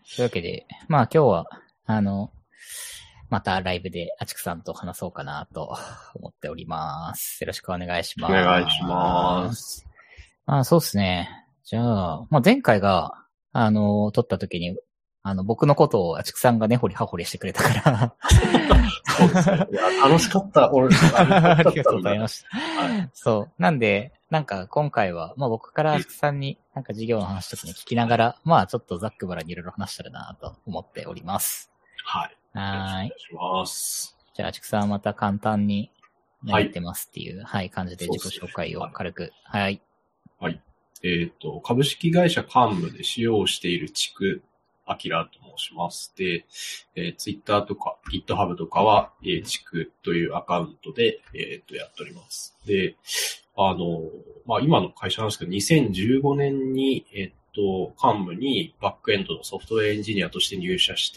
というわけで、まあ今日は、またライブでアチクさんと話そうかなと思っております。よろしくお願いします。 お願いします。 そうですね。じゃあ、まあ前回が、撮った時に、僕のことをアチクさんが根掘り葉掘りしてくれたから。 そうですね。いや、楽しかった。俺、 ありがとうございました。 はい、 そう。なんで、なんか今回は、まあ僕からアチクさんになんか授業の話とかに聞きながら、まあちょっとざっくばらにいろいろ話したらなと思っております。 はい。 はい。 お願いします。 じゃあ、アチクさんはまた簡単に何やってますっていう、はい、感じで自己紹介を軽く。はい。 はい。株式会社幹部で使用している地区アキラと申します。で、Twitter とか GitHub とかは、地区というアカウントで、やっております。で、まあ、今の会社なんですけど、2015年に、幹部にバックエンドのソフトウェアエンジニアとして入社して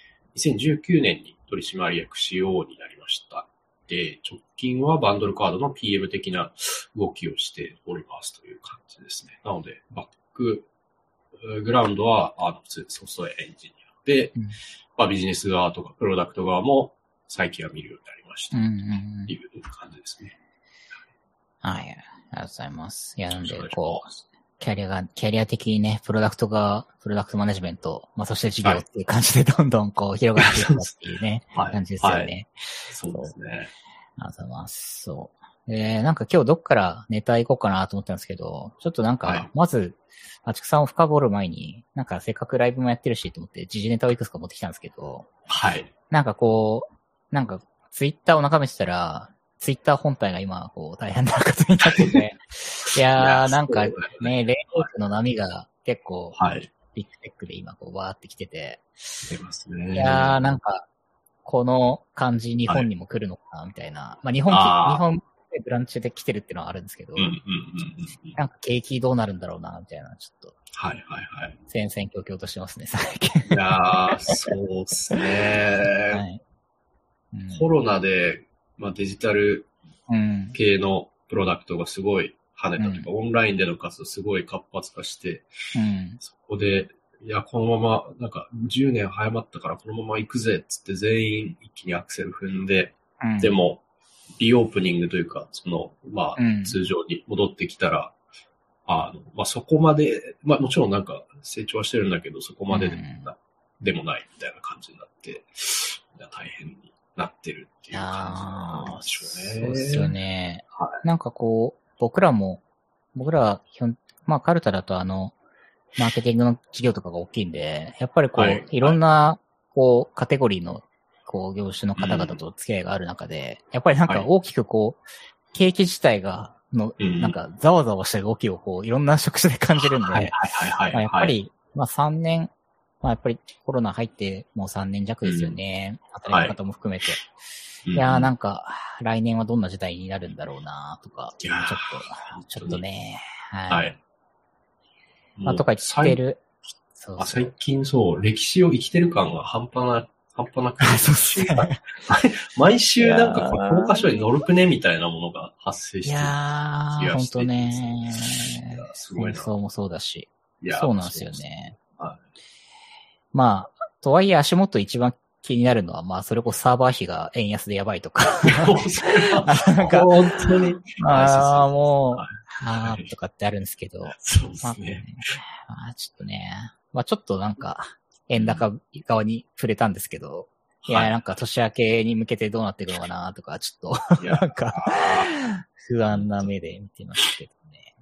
、2019年に取締役 CO になりました。で、直近はバンドルカードの PM 的な動きをしておりますという感じですね。なので、バックグラウンドは、普通ソフトウェアエンジニアで、まあ、ビジネス側とかプロダクト側も最近は見るようになりました。っていう感じですね。 はい。ありがとうございます。いや、なんで、こう、キャリア的にね、プロダクトマネジメント、まあ、そして事業っていう感じでどんどんこう広がっていくっていうね、感じですよね。はい、 そうですね。 ありがとうございます。そう。なんか今日どっからネタ行こうかなと思ったんですけど、ちょっとなんか、まず、アチクさんを深掘る前に、なんかせっかくライブもやってるしと思って時事ネタをいくつか持ってきたんですけど、 はい。 なんかこう、なんかツイッターを眺めてたら、ツイッター本体が今、こう、大変なことになってて、いやー、なんかね、レイアウトの波が結構、ビッグテックで今、こう、わーってきてて、 出ますね。 いやー、なんか、この感じ、日本にも来るのかな、みたいな。まあ、日本でブランチで来てるっていうのはあるんですけど、なんか景気どうなるんだろうな、みたいな、ちょっと。 はいはいはい。 戦々恐々としてますね、最近。 いやー、そうっすね。はいコロナで、まあ、デジタル系のプロダクトがすごい跳ねたとか、オンラインでの活動すごい活発化して、そこで、いや、このまま、なんか10年早まったからこのまま行くぜっつって全員一気にアクセル踏んで、でも、リオープニングというか、まあ、通常に戻ってきたら、まあ、そこまで、まあ、もちろんなんか成長はしてるんだけど、そこまででもないみたいな感じになって、大変になってるっていう感じなんでしょうね。 そうですよね。はい、なんかこう、僕らはまあカルタだとマーケティングの事業とかが大きいんで、やっぱりこう、いろんな、こう、カテゴリーの、こう、業種の方々と付き合いがある中で、やっぱりなんか大きくこう、景気自体が、なんか、ざわざわした動きをこう、いろんな職種で感じるんで、やっぱり、まあ3年、まあやっぱりコロナ入ってもう3年弱ですよね。働き方も含めて。いやーなんか、来年はどんな時代になるんだろうなとか、ちょっとね、はい。まあとか言ってる。 最近そう、歴史を生きてる感が半端なくて。 そうっすね。 毎週なんか教科書に載るくねみたいなものが発生してる気がして。いやー、ほんとね。 すごいな。 戦争もそうだし。 いやそうなんですよね。まあ、とはいえ足元一番気になるのは、まあ、それこそサーバー費が円安でやばいとか。 なんか、本当に。 もう、とかってあるんですけど。 そうですね。 まあ、ちょっとね。まあ、ちょっとなんか、円高側に触れたんですけど。いや、なんか年明けに向けてどうなっていくのかなとか、ちょっと、なんか、不安な目で見てますけどね。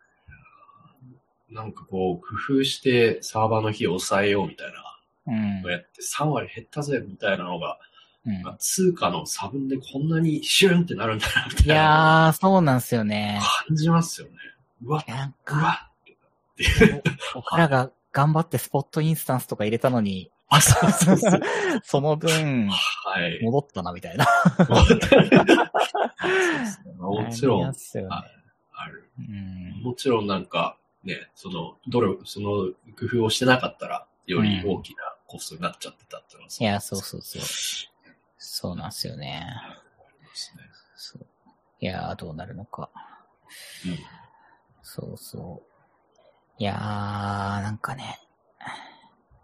なんかこう、工夫してサーバーの費を抑えようみたいな。のやって3割減ったぜみたいなのが、通貨の差分でこんなにシュンってなるんだなみたいな。 いやー、そうなんですよね。 感じますよね。うわ、 なんか、僕らが頑張ってスポットインスタンスとか入れたのに、その分、戻ったなみたいな。 もちろん、ある。もちろんなんか、ね、その工夫をしてなかったら、より大きなコストになっちゃってたってのは、 いや、そう。そうなんですよね。そういや、どうなるのか。そう。いやー、なんかね。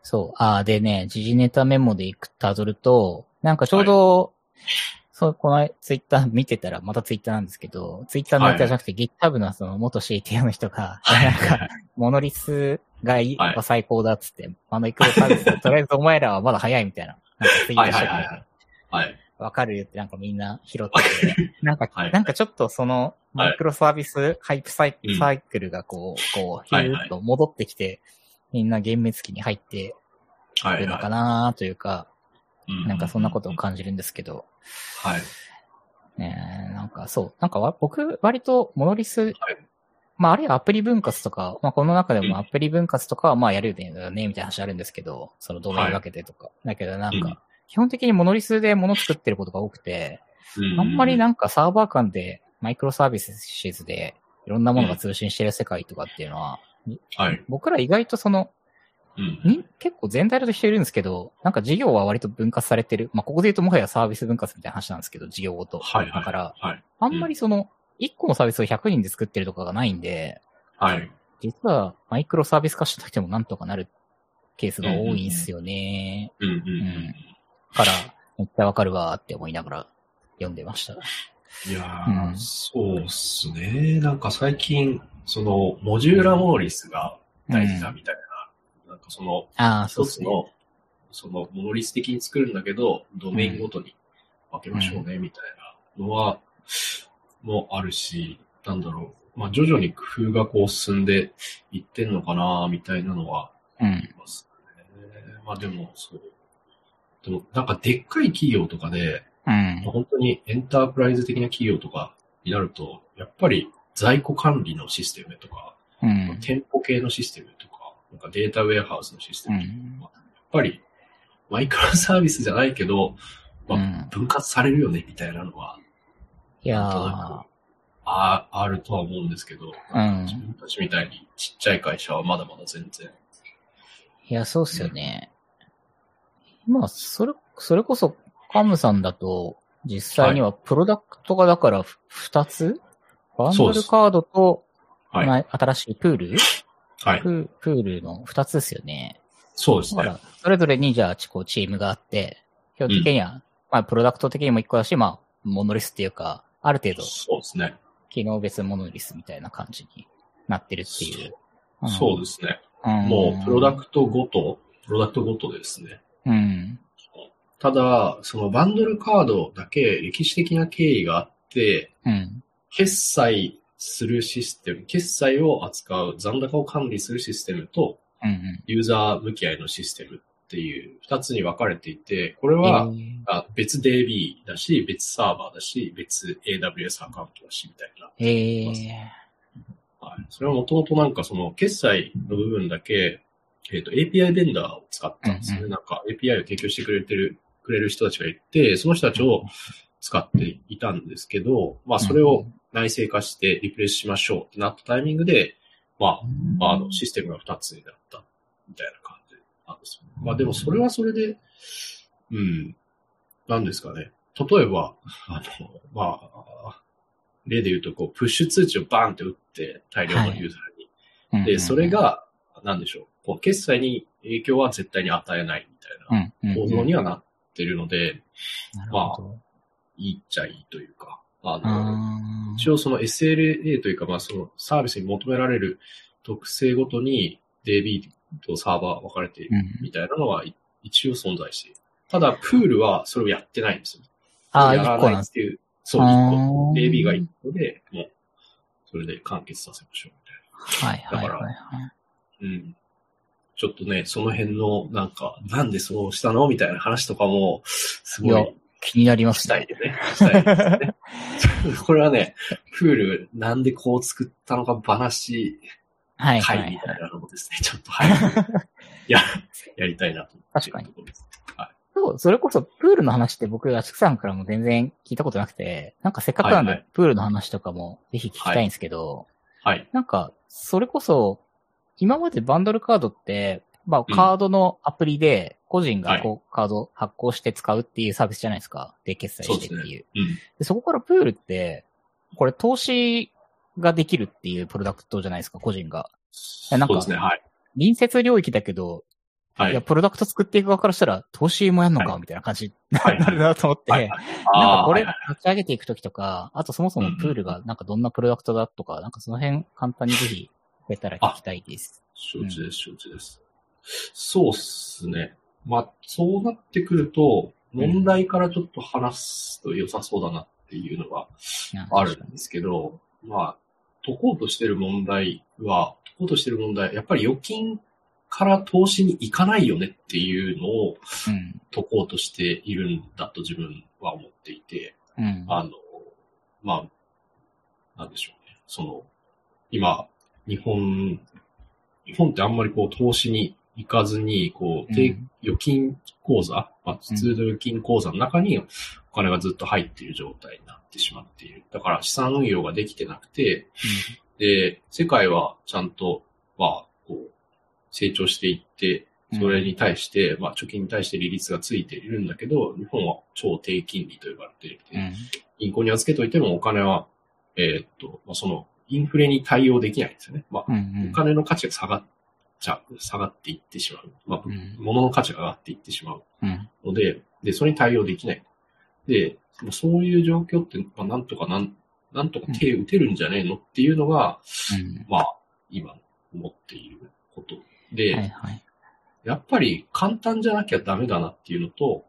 そう。でね、時事ネタメモでたどると、なんかちょうど、そう、このツイッター見てたら、またツイッターなんですけど、ツイッターのネタじゃなくて GitHub のその元 CTO の人が、なんか、モノリスが最高だっつって、マイクロサービス、とりあえずお前らはまだ早いみたいな、なんかツイートしてて、 はい。 わかるよってなんかみんな拾ってて、なんかちょっとその、マイクロサービスハイプサイクルがヒューッと戻ってきて、みんな幻滅期に入ってるのかなというか、なんかそんなことを感じるんですけど。 はい。 ねえ、なんかそう。なんか僕、割とモノリス、まああるいはアプリ分割とか、まあこの中でもアプリ分割とかはまあやるよね、みたいな話あるんですけど、そのドメイン分けてとか。だけどなんか、基本的にモノリスで物作ってることが多くて、あんまりなんかサーバー間でマイクロサービスでいろんなものが通信してる世界とかっていうのは、僕ら意外とその、結構全体としているんですけど、なんか事業は割と分割されてる。まあ、ここで言うともはやサービス分割みたいな話なんですけど、事業ごと。だから、あんまりその、1個のサービスを100人で作ってるとかがないんで、実はマイクロサービス化しなくてもなんとかなるケースが多いんすよね。から、めっちゃわかるわーって思いながら読んでました。 いやー、そうっすね。なんか最近、その、モジューラモノリスが大事だみたいな。なんかその、一つの、その、モノリス的に作るんだけど、ドメインごとに分けましょうね、みたいなのは、もあるし、なんだろう。まあ、徐々に工夫がこう進んでいってんのかな、みたいなのは、ありますね。まあでも、そう。でも、なんかでっかい企業とかで、本当にエンタープライズ的な企業とかになると、やっぱり在庫管理のシステムとか、店舗系のシステムとか、なんかデータウェアハウスのシステムとか、やっぱりマイクロサービスじゃないけど、まあ、分割されるよねみたいなのは、なんとなくあるとは思うんですけど、自分たちみたいにちっちゃい会社はまだまだ全然。 いや、そうっすよね。まあ、それこそ、カムさんだと、実際にはプロダクトがだから2つ、バンドルカードと、新しいプールプールの2つですよね。 そうですね。 だから、それぞれにじゃあ、チームがあって、基本的には、まあ、プロダクト的にも1個だし、まあ、モノリスっていうか、ある程度、 そうですね。 機能別モノリスみたいな感じになってるっていう。 そうですね。もう、プロダクトごとですね。ただ、そのバンドルカードだけ歴史的な経緯があって、決済するシステム、決済を扱う、残高を管理するシステムと、ユーザー向き合いのシステムっていう2つに分かれていて、これは別 DB だし、別サーバーだし、別 AWS アカウントだし、みたいな。それはもともとなんかその決済の部分だけ、API ベンダーを使ったんですね。なんか API を提供してくれる人たちがいて、その人たちを使っていたんですけど、まあそれを内製化してリプレイスしましょうってなったタイミングで、まあ、システムが2つになったみたいな感じなんですよ。まあでもそれはそれで、なんですかね。例えば、まあ、例で言うと、こう、プッシュ通知をバーンって打って、大量のユーザーに。で、それが、なんでしょう。こう、決済に影響は絶対に与えないみたいな構造にはなってるので、まあ、いいっちゃいいというか、一応その SLA というか、まあそのサービスに求められる特性ごとに DB とサーバー分かれているみたいなのは一応存在している。ただ、プールはそれをやってないんですよ。やらないっていう。そう、1個。DB が1個で、もう、それで完結させましょうみたいな。だから、ちょっとね、その辺の、なんか、なんでそうしたのみたいな話とかも、すごい。 気になりますね。したいですね。これはね、プール、なんでこう作ったのか話、会みたいなのもですね、ちょっとやりたいなと思っているところです。 そう、それこそ、プールの話って僕、アシクさんからも全然聞いたことなくて、なんかせっかくなんで、プールの話とかもぜひ聞きたいんですけど、なんか、それこそ、今までバンドルカードって、まあ、カードのアプリで、個人がこう、カード発行して使うっていうサービスじゃないですか。で、決済してっていう。で、そこからプールって、これ投資ができるっていうプロダクトじゃないですか、個人が。なんか、隣接領域だけど、 はい。 いや、プロダクト作っていく側からしたら、投資もやんのか、みたいな感じになるなと思って、なんかこれ立ち上げていくときとか、あとそもそもプールがなんかどんなプロダクトだとか、なんかその辺簡単にぜひ、増えたら聞きたいです。 承知です、承知です。そうっすね。まあ、そうなってくると、問題からちょっと話すと良さそうだなっていうのがあるんですけど、まあ、解こうとしてる問題、やっぱり預金から投資に行かないよねっていうのを解こうとしているんだと自分は思っていて、まあ、なんでしょうね。今、日本ってあんまりこう投資に行かずに、こう、預金口座、普通の預金口座の中にお金がずっと入っている状態になってしまっている。だから資産運用ができてなくて、で、世界はちゃんと、こう、成長していって、それに対して、貯金に対して利率がついているんだけど、日本は超低金利と呼ばれていて、銀行に預けといてもお金は、インフレに対応できないんですよね。お金の価値が下がっていってしまう。物の価値が上がっていってしまうので、それに対応できない。で、そういう状況って、なんとか手打てるんじゃねえのっていうのが、今思っていることで、やっぱり簡単じゃなきゃダメだなっていうのと、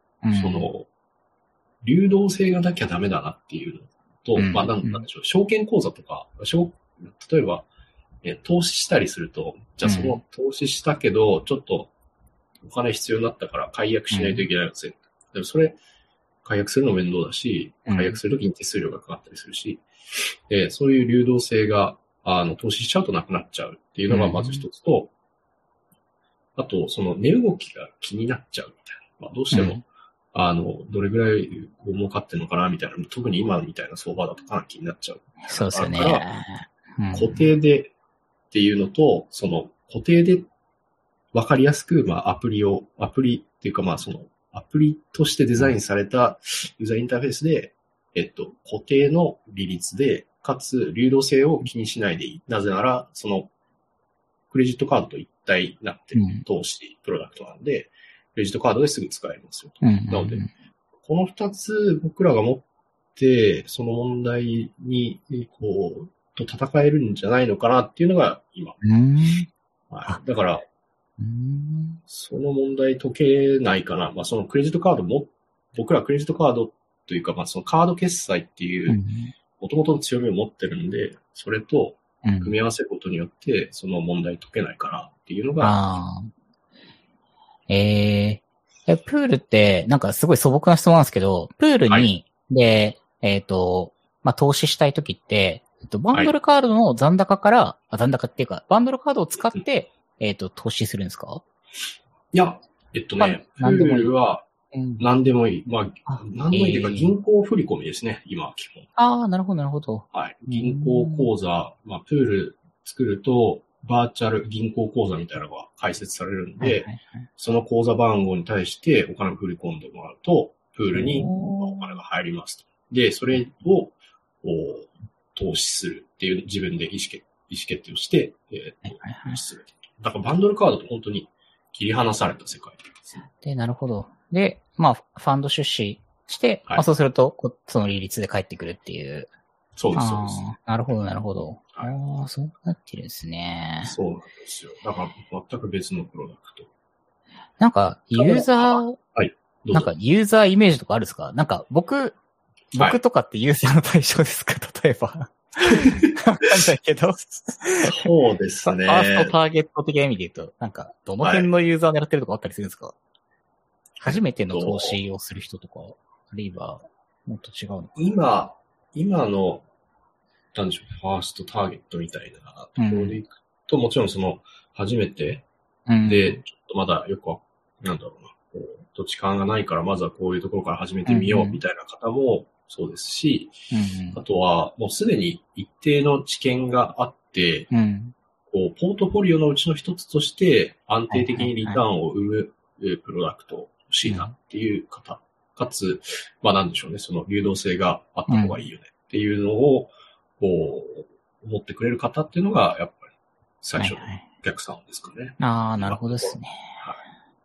流動性がなきゃダメだなっていうのと、なんでしょう、証券口座とか、例えば、投資したりすると、じゃあその投資したけど、ちょっとお金必要になったから解約しないといけないんですよ。でもそれ、解約するの面倒だし、解約するときに手数料がかかったりするし、そういう流動性が、投資しちゃうとなくなっちゃうっていうのがまず一つと、あと、その値動きが気になっちゃうみたいな。どうしても、どれぐらい儲かってるのかなみたいな、特に今みたいな相場だとかなり気になっちゃう。 そうですよね。 だから、固定でっていうのと、その固定で分かりやすく、アプリっていうか、アプリとしてデザインされたユーザーインターフェースで、固定の利率で、かつ流動性を気にしないでいい。なぜなら、その、クレジットカードと一体になってる投資プロダクトなんで、クレジットカードですぐ使えますよと。なので、この二つ僕らが持って、その問題に、と戦えるんじゃないのかなっていうのが今。だから、その問題解けないかな。そのクレジットカードも、僕らクレジットカードというか、そのカード決済っていう、元々の強みを持ってるんで、それと組み合わせることによって、その問題解けないかなっていうのが。 プールって、なんかすごい素朴な質問なんですけど、プールに、投資したいときって、バンドルカードの残高から、残高っていうか、バンドルカードを使って、投資するんですか？ いや、プールは、何でもいい。何でもいいというか、銀行振込ですね、今は基本。 なるほど、なるほど。 はい。銀行口座、プール作ると、バーチャル銀行口座みたいなのが開設されるんで、その口座番号に対してお金を振り込んでもらうと、プールにお金が入りますと。で、それを投資するっていう自分で意思決定をして、投資する。だからバンドルカードと本当に切り離された世界ですね。 で、なるほど。で、ファンド出資して、そうすると、その利率で返ってくるっていう。 そうです、そうです。 なるほど、なるほど。そうなってるんですね。 そうなんですよ。だから全く別のプロダクト。 なんか、ユーザーイメージとかあるんですか？なんか、僕とかってユーザーの対象ですか？例えば。わかんないけど。 そうですね。 ファーストターゲット的な意味で言うと、なんか、どの辺のユーザー狙ってるとかあったりするんですか？初めての投資をする人とか、あるいは、もっと違うのか？ 今の、なんでしょう、ファーストターゲットみたいなところでいくと、もちろんその、初めて、で、ちょっとまだよく土地勘がないから、まずはこういうところから始めてみようみたいな方もそうですし、あとは、もうすでに一定の知見があって、ポートフォリオのうちの一つとして安定的にリターンを生むプロダクト欲しいなっていう方、かつ、なんでしょうね、その流動性があった方がいいよねっていうのを、思ってくれる方っていうのが、やっぱり最初のお客さんですかね。 なるほどですね。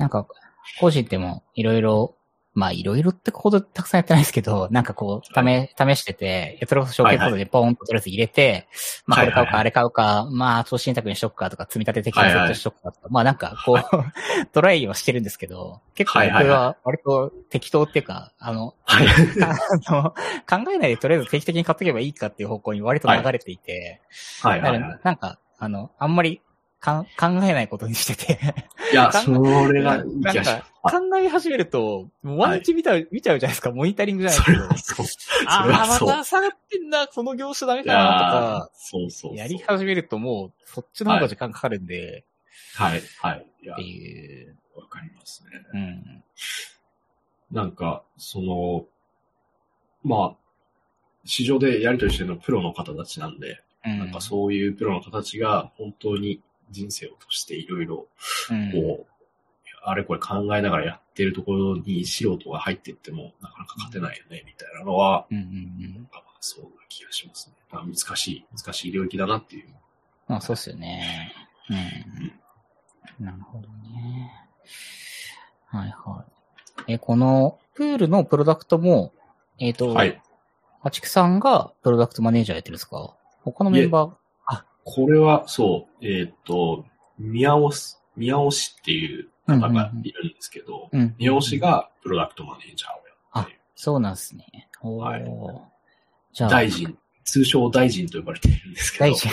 なんか、個人でもいろいろ、まあいろいろってほどたくさんやってないですけど、なんかこう、試してて、それこそ証券口座でポンととりあえず入れて、まあこれ買うかあれ買うか、まあ投資信託にしとくかとか積み立て的なセットしとくかとか、まあなんかこう、トライはしてるんですけど、結構僕は割と適当っていうか、考えないでとりあえず定期的に買っとけばいいかっていう方向に割と流れていて、なんか、あんまり考えないことにしてて。 いや、それがいい気がします。 考え始めると、毎日見ちゃうじゃないですか。モニタリングじゃないですか。また下がってんな、この業種ダメかなとか。 そう。 やり始めるともう、そっちの方が時間かかるんで。 はい。 っていう。 わかりますね。 うん。 なんか、まあ、市場でやり取りしてるのはプロの方たちなんで、なんかそういうプロの方たちが本当に人生を通していろいろ、こう、あれこれ考えながらやってるところに素人が入っていってもなかなか勝てないよね、みたいなのは、そうな気がしますね。難しい領域だなっていう。 まあそうっすよね。なるほどね。このプールのプロダクトも、あちくさんがプロダクトマネージャーやってるんですか？他のメンバー？ これは、そう、宮尾氏っていう方がいるんですけど、宮尾氏がプロダクトマネージャーをやっている。 そうなんですね。 じゃあ。大臣、通称大臣と呼ばれているんですけど。大臣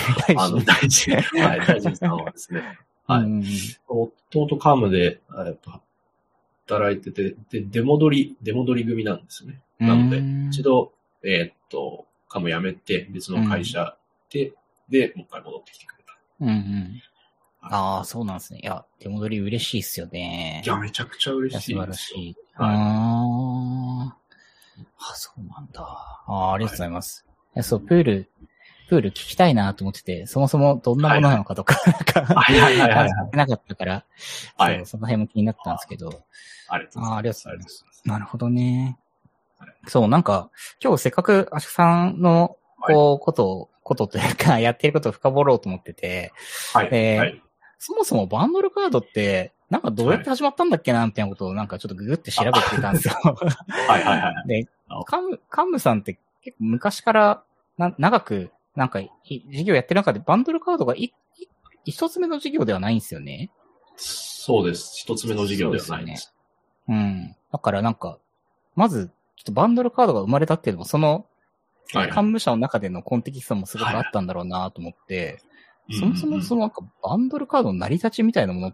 さんはですね。もともとカムで、働いてて、で、出戻り組なんですね。なので、一度、カム辞めて、別の会社で、もう一回戻ってきてくれた。 そうなんですね。いや、出戻り嬉しいっすよね。 いや、めちゃくちゃ嬉しい。 素晴らしい。そうなんだ。ありがとうございます。そう、プール聞きたいなと思ってて、そもそもどんなものなのかとか、なかったから、その辺も気になったんですけど。 ありがとうございます。 なるほどね。そう、なんか、今日せっかくアシュさんの、ことというか、やってることを深掘ろうと思ってて、そもそもバンドルカードって、なんかどうやって始まったんだっけな、みたいなことをなんかちょっとググって調べてたんですよ。で、カムさんって結構昔から長く、なんか事業やってる中でバンドルカードが一つ目の事業ではないんですよね。 そうです。一つ目の事業ではないです。 だからなんか、まず、ちょっとバンドルカードが生まれたっていうのも、その、幹部者の中でのコンテキストもすごくあったんだろうなと思って、そもそもそのなんかバンドルカードの成り立ちみたいなものって、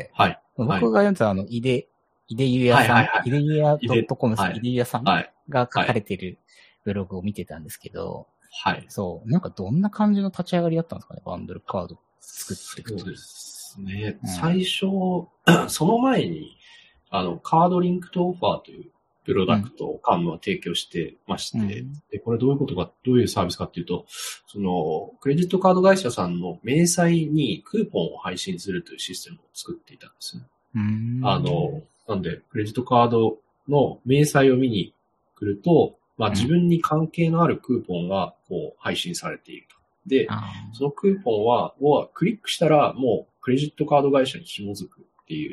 僕が読んだ井出ゆやさん、井出ゆや .com 井出ゆやさんが書かれているブログを見てたんですけど、そう、なんかどんな感じの立ち上がりだったんですかね、バンドルカード作っていくと。 そうですね。最初、その前に、カードリンクトオファーというプロダクトをカムは提供してまして、で、これどういうサービスかっていうと、クレジットカード会社さんの明細にクーポンを配信するというシステムを作っていたんですね。なんで、クレジットカードの明細を見に来ると、まあ自分に関係のあるクーポンがこう配信されていると。で、そのクーポンはクリックしたらもうクレジットカード会社に紐づくっていう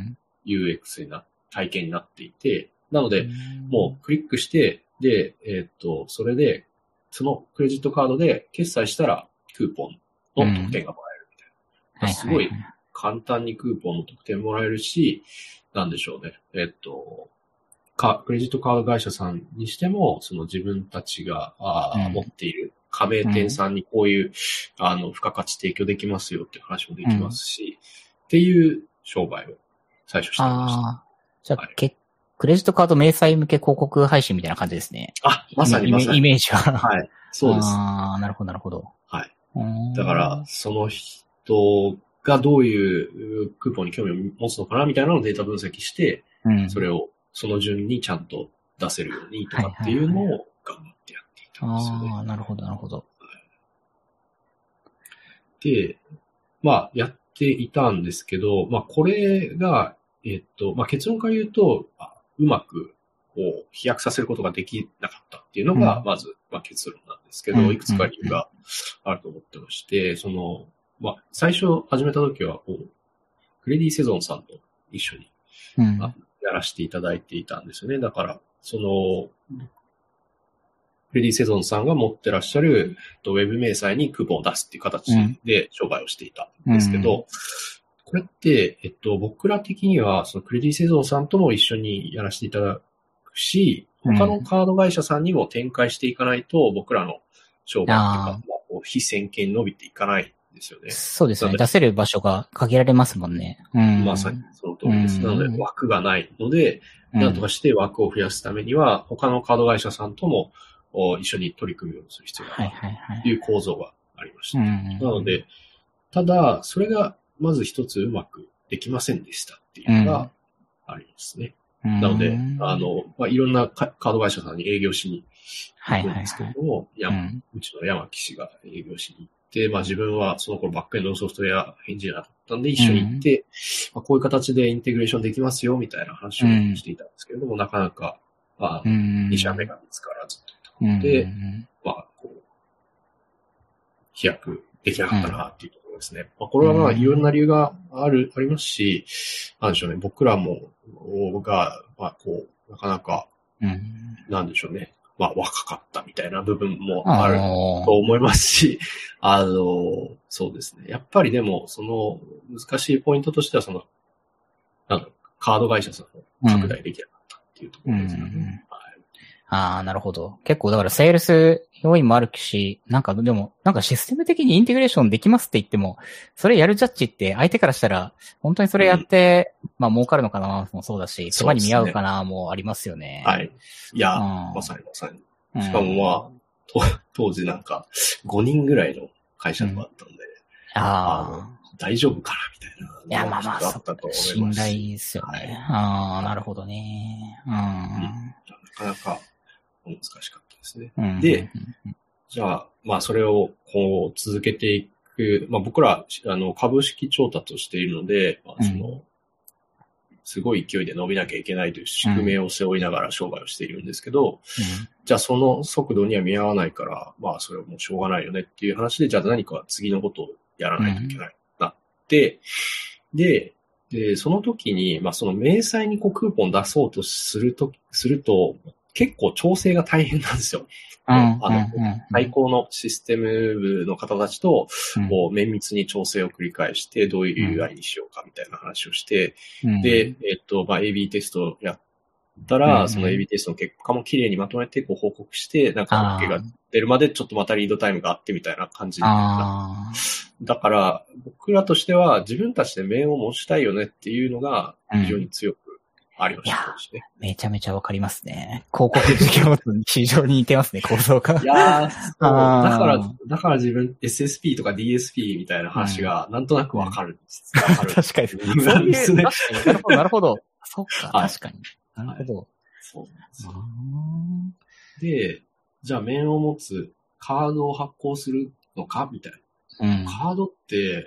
UX 体験になっていて、なので、もうクリックして、で、それで、そのクレジットカードで決済したらクーポンの特典がもらえるみたいな。すごい簡単にクーポンの特典もらえるし、なんでしょうね。クレジットカード会社さんにしても、その自分たちが持っている加盟店さんにこういう、付加価値提供できますよっていう話もできますし、っていう商売を最初してました。 じゃあ、クレジットカード明細向け広告配信みたいな感じですね。 まさに。 イメージは。 はい。そうです。 なるほど。 はい。だから、その人がどういうクーポンに興味を持つのかなみたいなのをデータ分析して、それをその順にちゃんと出せるようにとかっていうのを頑張ってやっていたんですよね。 なるほど。 で、まあ、やっていたんですけど、まあ、これが、まあ、結論から言うと、うまく、飛躍させることができなかったっていうのが、まず、まあ、結論なんですけど、いくつか理由があると思ってまして、まあ、最初始めた時は、クレディセゾンさんと一緒に、 うんやらせていただいていたんですよね。だから、フレディ・セゾンさんが持ってらっしゃるウェブ明細にクーポンを出すっていう形で商売をしていたんですけど、これって、僕ら的には、そのクレディ・セゾンさんとも一緒にやらせていただくし、他のカード会社さんにも展開していかないと、僕らの商売っていうか、非先見伸びていかないんですよね。 そうですね。出せる場所が限られますもんね。 まさにその通りです。なので、枠がないので、なんとかして枠を増やすためには、他のカード会社さんとも一緒に取り組むようにする必要があるという構造がありました。なので、ただ、それがまず一つうまくできませんでしたっていうのがありますね。なので、いろんなカード会社さんに営業しに行くんですけれども、うちの山木氏が営業しに行って、自分はその頃バックエンドのソフトウェアエンジニアだったんで一緒に行って、こういう形でインテグレーションできますよみたいな話をしていたんですけれども、なかなか、2社目が見つからずというところで、飛躍できなかったなっていうところですね。これはいろんな理由がありますし、なんでしょうね、僕らも、なかなか、なんでしょうね、若かったみたいな部分もあると思いますし、そうですね。やっぱりでも、その難しいポイントとしては、カード会社さんを拡大できなかったっていうところですね。 なるほど。結構だからセールス要因もあるし、でもシステム的にインテグレーションできますって言っても、それやるジャッジって相手からしたら、本当にそれやって、儲かるのかなもそうだし、そばに見合うかなもありますよね。 はい。いや、まさに。しかも当時5人ぐらいの会社だったんで、大丈夫かなみたいな。 いや、あったと思います。信頼ですよね。なるほどね。 なかなか難しかったですね。で、じゃあ、それを続けていく、僕ら、株式調達をしているので、すごい勢いで伸びなきゃいけないという宿命を背負いながら商売をしているんですけど、じゃあその速度には見合わないから、それはもうしょうがないよねっていう話で、じゃあ何か次のことをやらないといけないなって、で、その時に、その明細にクーポン出そうとすると、結構調整が大変なんですよ。最高のシステム部の方たちと、綿密に調整を繰り返して、どういう UI にしようかみたいな話をして、で、AB テストをやったら、その AB テストの結果も綺麗にまとめて報告して、OK が出るまでちょっとまたリードタイムがあってみたいな感じになった。だから、僕らとしては自分たちで面を持ちたいよねっていうのが非常に強くありましたね。 めちゃめちゃわかりますね。広告事業と非常に似てますね、構造が。 いやー、そうだから自分 SSP とか DSP みたいな話がなんとなくわかるんです。 確かに。そうですね。なるほど。そっか、確かに。なるほど。 そうなんですよ。で、じゃあ面を持つカードを発行するのかみたいな。カードって、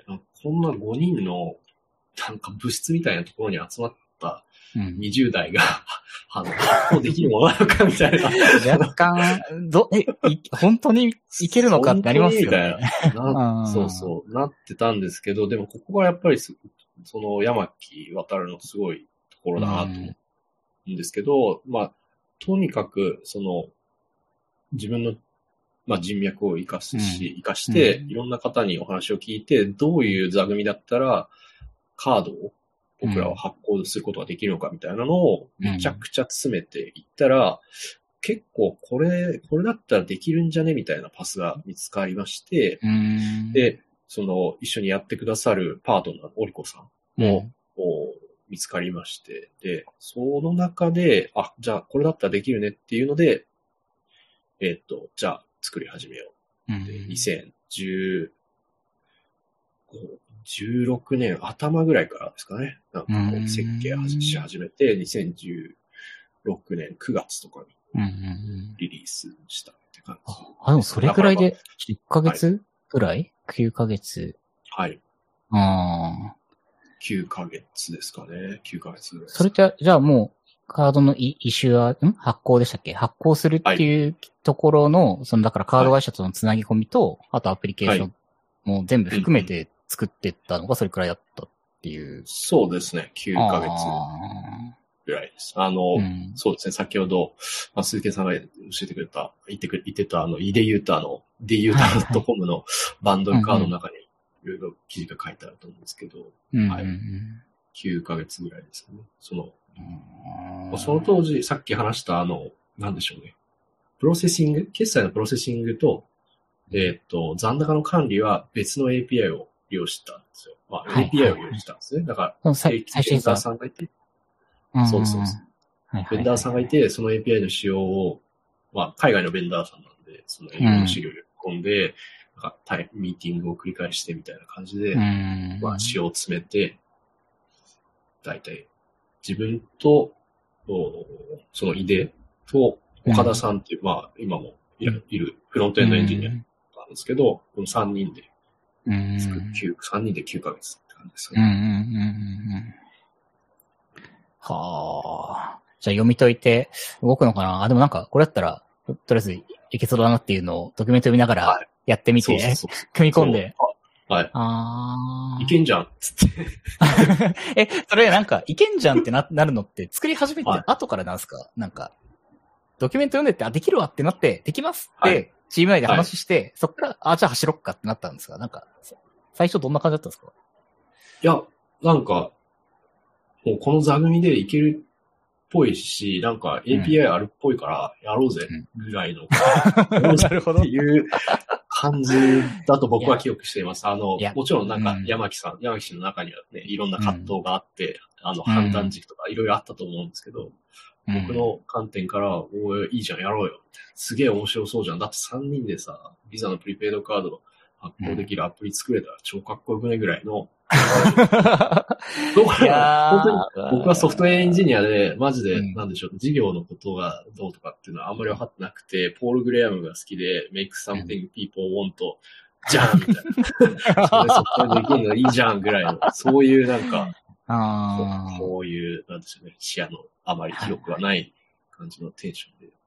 こんな5人の物質みたいなところに集まった20代が、発行できるものなのかみたいな。 若干、本当にいけるのかってなりますよね。 そうなってたんですけど、でもここがやっぱりその山木渡るのすごいところだなと思うんですけど、とにかく、自分の人脈を活かして、いろんな方にお話を聞いて、どういう座組だったら、カードを僕らは発行することができるのかみたいなのをめちゃくちゃ詰めていったら、結構これだったらできるんじゃねみたいなパスが見つかりまして、で、一緒にやってくださるパートナー、オリコさんも、見つかりまして、で、その中で、じゃあこれだったらできるねっていうので、じゃあ作り始めよう。で、2016年頭ぐらいからですかね。設計し始めて、2016年9月とかにリリースしたって感じ。 でもそれぐらいで10ヶ月ぐらい ?9 ヶ月。 はい。9ヶ月ですかね。9ヶ月ぐらい。 それって、じゃあもう、カードのイシュア、発行でしたっけ？発行するっていうところの、だからカード会社とのつなぎ込みと、あとアプリケーションも全部含めて作ってったのがそれくらいだった。 っていう。 そうですね。9ヶ月ぐらいです。そうですね。先ほど、鈴木さんが教えてくれた、言ってた、イデユータの、deyuta.com のバンドルカードの中に、いろいろ記事が書いてあると思うんですけど、はい。9ヶ月ぐらいですね。その当時、さっき話したなんでしょうね。プロセッシング、決済のプロセッシングと、残高の管理は別の API を利用してたんですよ。API を利用してたんですね。だから、ベンダーさんがいて、そうです。ベンダーさんがいて、その API の仕様を、海外のベンダーさんなんで、その英語の資料を込んで、ミーティングを繰り返してみたいな感じで、仕様を詰めて、だいたい自分と、その井出と岡田さんっていう、今もいるフロントエンドエンジニアなんですけど、この3人で3人で9ヶ月って感じですね。 はあ。じゃあ読み解いて動くのかな。でもなんか、これだったら、とりあえずいけそうだなっていうのをドキュメント読みながらやってみて、組み込んで。 はい。いけんじゃんつって。 それなんか、いけんじゃんってなるのって作り始めて後からなんすか、なんか、ドキュメント読んでって、できるわってなって、できますって、チーム内で話して、そっから、じゃあ走ろっかってなったんですか。なんか、最初どんな感じだったんですか。 いや、なんか、もうこの座組でいけるっぽいし、なんか API あるっぽいからやろうぜぐらいの、 なるほど。 っていう感じだと僕は記憶しています。もちろんなんか山木氏の中にはね、いろんな葛藤があって、判断軸とかいろいろあったと思うんですけど、僕の観点から、いいじゃん、やろうよ。すげえ面白そうじゃん。だって3人でさ、ビザのプリペイドカード発行できるアプリ作れたら超かっこよくねぐらいの。本当に僕はソフトウェアエンジニアで、マジで、なんでしょう、事業のことがどうとかっていうのはあんまり分かってなくて、ポール・グレアムが好きで、make something people want じゃんみたいな。それソフトウェアできるのいいじゃんぐらいの、そういうなんか、こういう、なんでしょうね、視野のあまり広くはない感じのテンションで。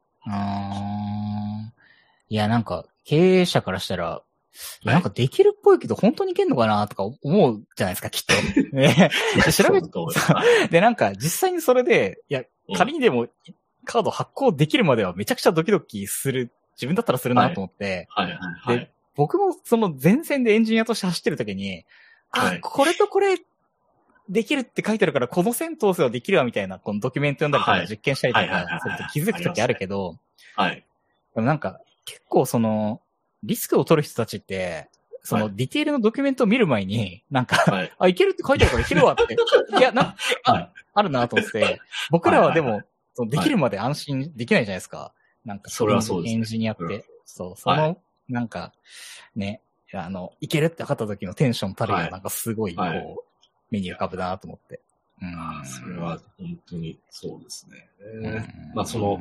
いや、なんか、経営者からしたら、なんかできるっぽいけど、本当にいけんのかなとか思うじゃないですか、きっと。ね、調べて、で、なんか、実際にそれで、いや、仮にでも、カード発行できるまではめちゃくちゃドキドキする、自分だったらするなと思って、で、僕もその前線でエンジニアとして走ってる時に、これとこれ、できるって書いてあるから、この線通せばできるわみたいな、このドキュメント読んだりとか実験したりとか、それと気づくときあるけど、でもなんか、結構その、リスクを取る人たちって、そのディテールのドキュメントを見る前に、なんか、いけるって書いてあるからいけるわって、いや、あるなと思って、僕らはでも、できるまで安心できないじゃないですか。なんか、 それはそうですね。 エンジニアって。その、なんか、ね、いけるって分かった時のテンションたるがなんかすごい、こう、目に浮かぶなと思って。 それは本当にそうですね。その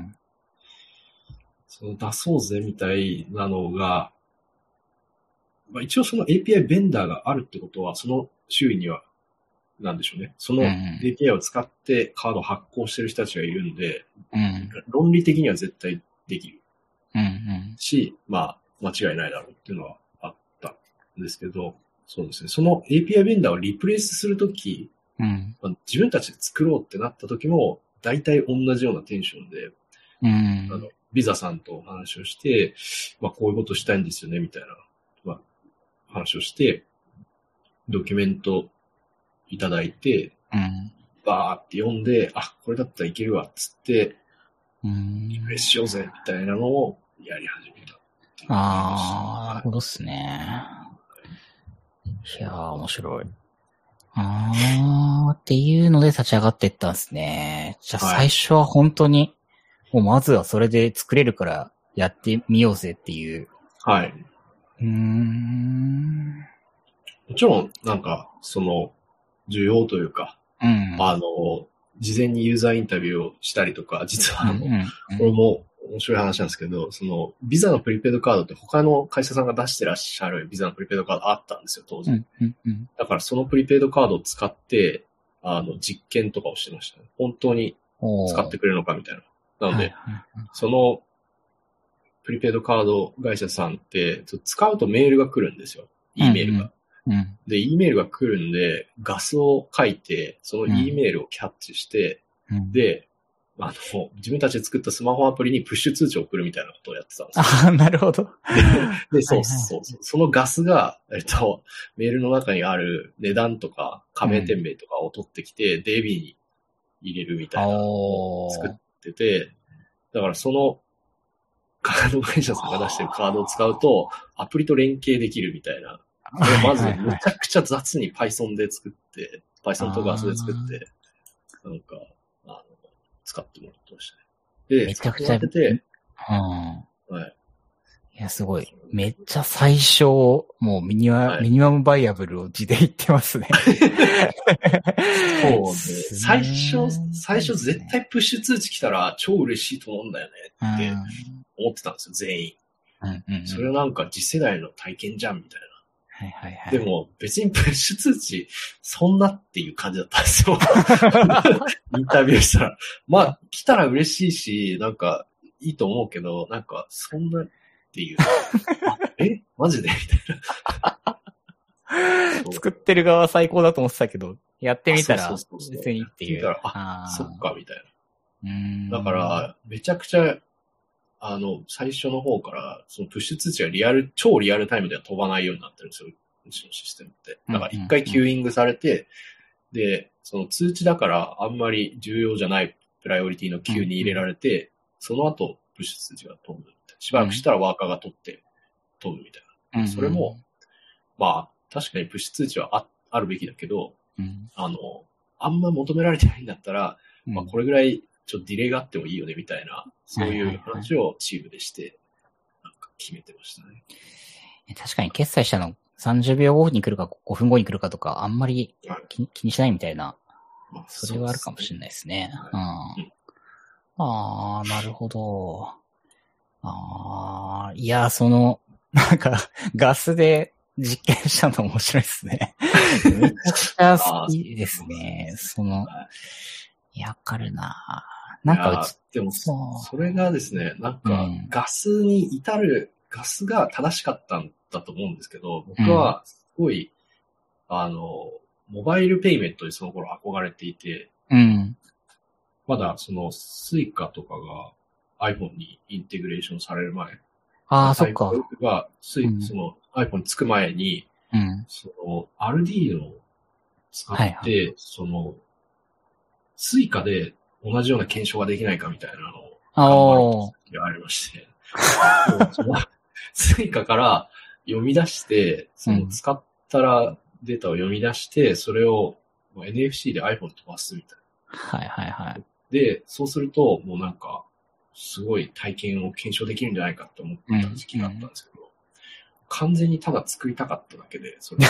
出そうぜみたいなのが、一応その API ベンダーがあるってことは、その周囲には、なんでしょうね。その API を使ってカード発行してる人たちがいるんで、論理的には絶対できる。し、間違いないだろうっていうのはあったんですけど、そうですね。その API ベンダーをリプレイスするとき、自分たちで作ろうってなったときも、大体同じようなテンションで、ビザさんとお話をして、こういうことしたいんですよね、みたいな、話をして、ドキュメントいただいて、バーって読んで、これだったらいけるわ、つって、リプレイスしようぜ、みたいなのをやり始めた。 なるほどっすね。いやー、面白い。っていうので立ち上がっていったんですね。じゃあ最初は本当に、もうまずはそれで作れるからやってみようぜっていう。 はい。もちろん、なんか、その、需要というか、事前にユーザーインタビューをしたりとか、実はこれも面白い話なんですけど、その、ビザのプリペイドカードって他の会社さんが出してらっしゃるビザのプリペイドカードあったんですよ、当時。だからそのプリペイドカードを使って、実験とかをしてましたね。本当に使ってくれるのかみたいな。なので、その、プリペイドカード会社さんって、使うとメールが来るんですよ。E メールが。 うん。 で、E メールが来るんで、ガスを書いて、その E メールをキャッチして、 うん、 で、自分たちで作ったスマホアプリにプッシュ通知を送るみたいなことをやってたんですよ。 ああ、なるほど。 で、そうそう。そのガスが、メールの中にある値段とか、加盟店名とかを取ってきて、DB に入れるみたいなのを作ってて、だからその、カード会社さんが出してるカードを使うと、アプリと連携できるみたいな。まず、めちゃくちゃ雑に Python で作って、Python とガスで作って、なんか、使ってもらってましたね。で、 めちゃくちゃ、 て、 はい。 いや、すごい。めっちゃ最初、もうミニマムバイアブルを字で言ってますね。 そうね。最初絶対プッシュ通知来たら超嬉しいと思うんだよねって思ってたんですよ、全員。それはなんか次世代の体験じゃんみたいな。 はいはいはい。 でも別にプッシュ通知そんなっていう感じだったんですよ。インタビューしたら。まあ来たら嬉しいし、なんかいいと思うけど、なんかそんなっていう。マジでみたいな。作ってる側は最高だと思ってたけど、やってみたら別にっていう。 そっかみたいな。だからめちゃくちゃ最初の方から、そのプッシュ通知が超リアルタイムでは飛ばないようになってるんですよ、うちのシステムって。だから一回キューイングされて、で、その通知だからあんまり重要じゃないプライオリティのキューに入れられて、その後プッシュ通知が飛ぶ。しばらくしたらワーカーが取って飛ぶみたいな。それも、まあ、確かにプッシュ通知はあるべきだけど、あんま求められてないんだったら、まあこれぐらいちょっとディレイがあってもいいよねみたいな、そういう話をチームでして、なんか決めてましたね。 確かに決済したの30秒後に来るか5分後に来るかとか、あんまり気にしないみたいな、それはあるかもしれないですね。ああ、なるほど。いや、なんか、ガスで実験したの面白いですね。めちゃくちゃ好きですね。いや、わかるな。なんかでも、それがですね、なんか、ガスが正しかったんだと思うんですけど、僕は、すごい、モバイルペイメントにその頃憧れていて、まだスイカとかが iPhone にインテグレーションされる前。 そっか。 が、iPhone につく前に、RD を使って、スイカで同じような検証ができないかみたいなのを頑張ろうとありまして。スイカから読み出して、使ったらデータを読み出して、それを NFC で iPhone に飛ばすみたいな。 はいはいはい。 で、そうすると、もうなんか、すごい体験を検証できるんじゃないかって思った時期があったんですけど、完全にただ作りたかっただけで、それ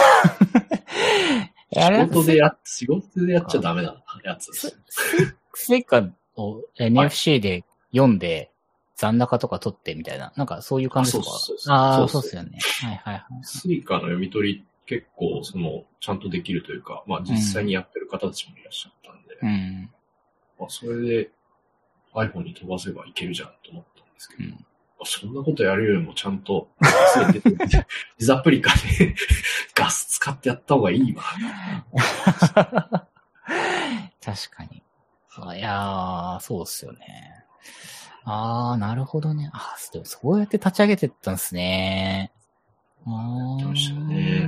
仕事でやっちゃダメなやつです。 スイカを NFC で読んで残高とか取ってみたいな、なんかそういう感じですか？そうですよね。はいはいはい。 スイカの読み取り結構ちゃんとできるというか、まあ実際にやってる方たちもいらっしゃったんで、まあそれで iPhone に飛ばせばいけるじゃんと思ったんですけど、そんなことやるよりもちゃんとディザプリカでガス使ってやった方がいいわ。 確かに。いやー、そうっすよね。なるほどね。でもそうやって立ち上げてったんですね。 やってましたね。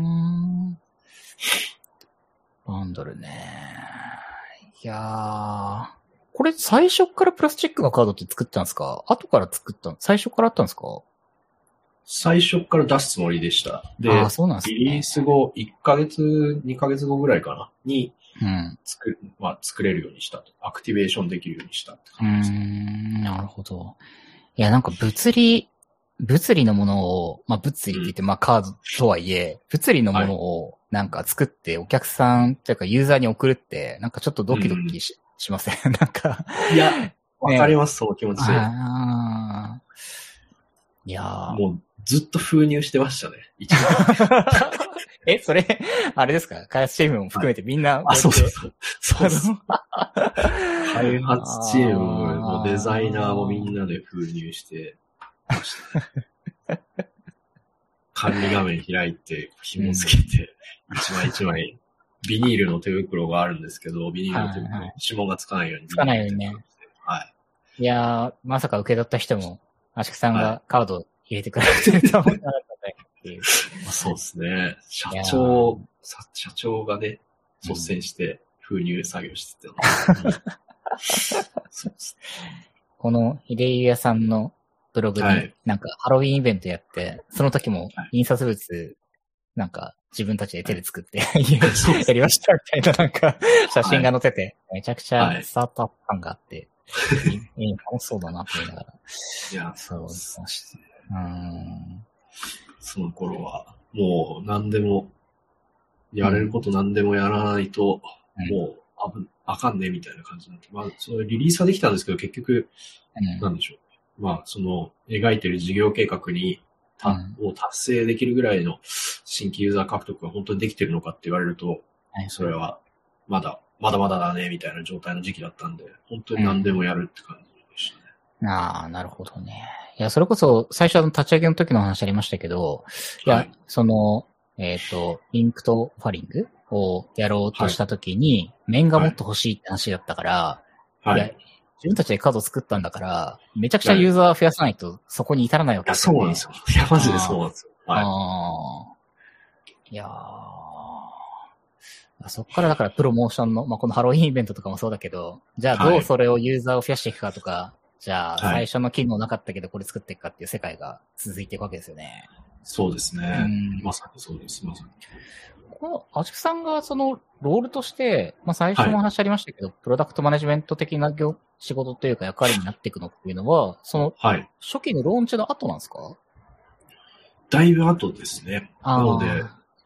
バンドルね。いやー。これ最初からプラスチックのカードって作ったんですか？後から最初からあったんですか？ 最初から出すつもりでした。で、 そうなんですね。 リリース後、1ヶ月、2ヶ月後ぐらいかな、に、作れるようにしたと。アクティベーションできるようにしたって感じですね。 なるほど。いや、なんか物理のものを、まあ物理って言って、まあカードとはいえ、物理のものをなんか作ってお客さんというかユーザーに送るって、なんかちょっとドキドキしません？なんか。 いや、わかります、その気持ち。 いやもうずっと封入してましたね。 それ、あれですか？開発チームも含めてみんな。 そう。開発チームのデザイナーもみんなで封入してました。 管理画面開いて、紐つけて、一枚一枚、ビニールの手袋があるんですけど、ビニールの手袋、指紋がつかないように。 つかないようにね。 はい。 いやー、まさか受け取った人も、足木さんがカード入れてくれると思わなかったっていう。 そうですね。社長がね、率先して封入作業してたの。そうですね。 この秀家屋さんのブログになんかハロウィンイベントやって、その時も印刷物なんか自分たちで手で作ってやりましたみたいななんか写真が載ってて、めちゃくちゃスタートアップ感があって、楽しそうだなって言いながら。 いや、そうですね。その頃はもう何でも、やれること何でもやらないと、もうあかんねみたいな感じになって、まあ、そのリリースはできたんですけど、結局、なんでしょう。まあ、その、描いてる事業計画に、を達成できるぐらいの新規ユーザー獲得が本当にできてるのかって言われると、それは、まだだね、みたいな状態の時期だったんで、本当に何でもやるって感じでしたね。 ああ、なるほどね。いや、それこそ、最初立ち上げの時の話ありましたけど、いや、その、リンクとファリングをやろうとしたときに、面がもっと欲しいって話だったから、いや、自分たちでカード作ったんだから、めちゃくちゃユーザー増やさないとそこに至らないわけですよね。 そうなんですよ。いや、マジでそうなんですよ。 いやそっからだからプロモーションの、まあ、このハロウィンイベントとかもそうだけど、じゃあどうそれをユーザーを増やしていくかとか、じゃあ最初の機能なかったけどこれ作っていくかっていう世界が続いていくわけですよね。 そうですね。まさにそうです。まさに。 この、あちくさんがそのロールとして、まあ最初も話ありましたけど、プロダクトマネジメント的な仕事というか役割になっていくのっていうのは、その、初期のローンチの後なんですか？ だいぶ後ですね。なので、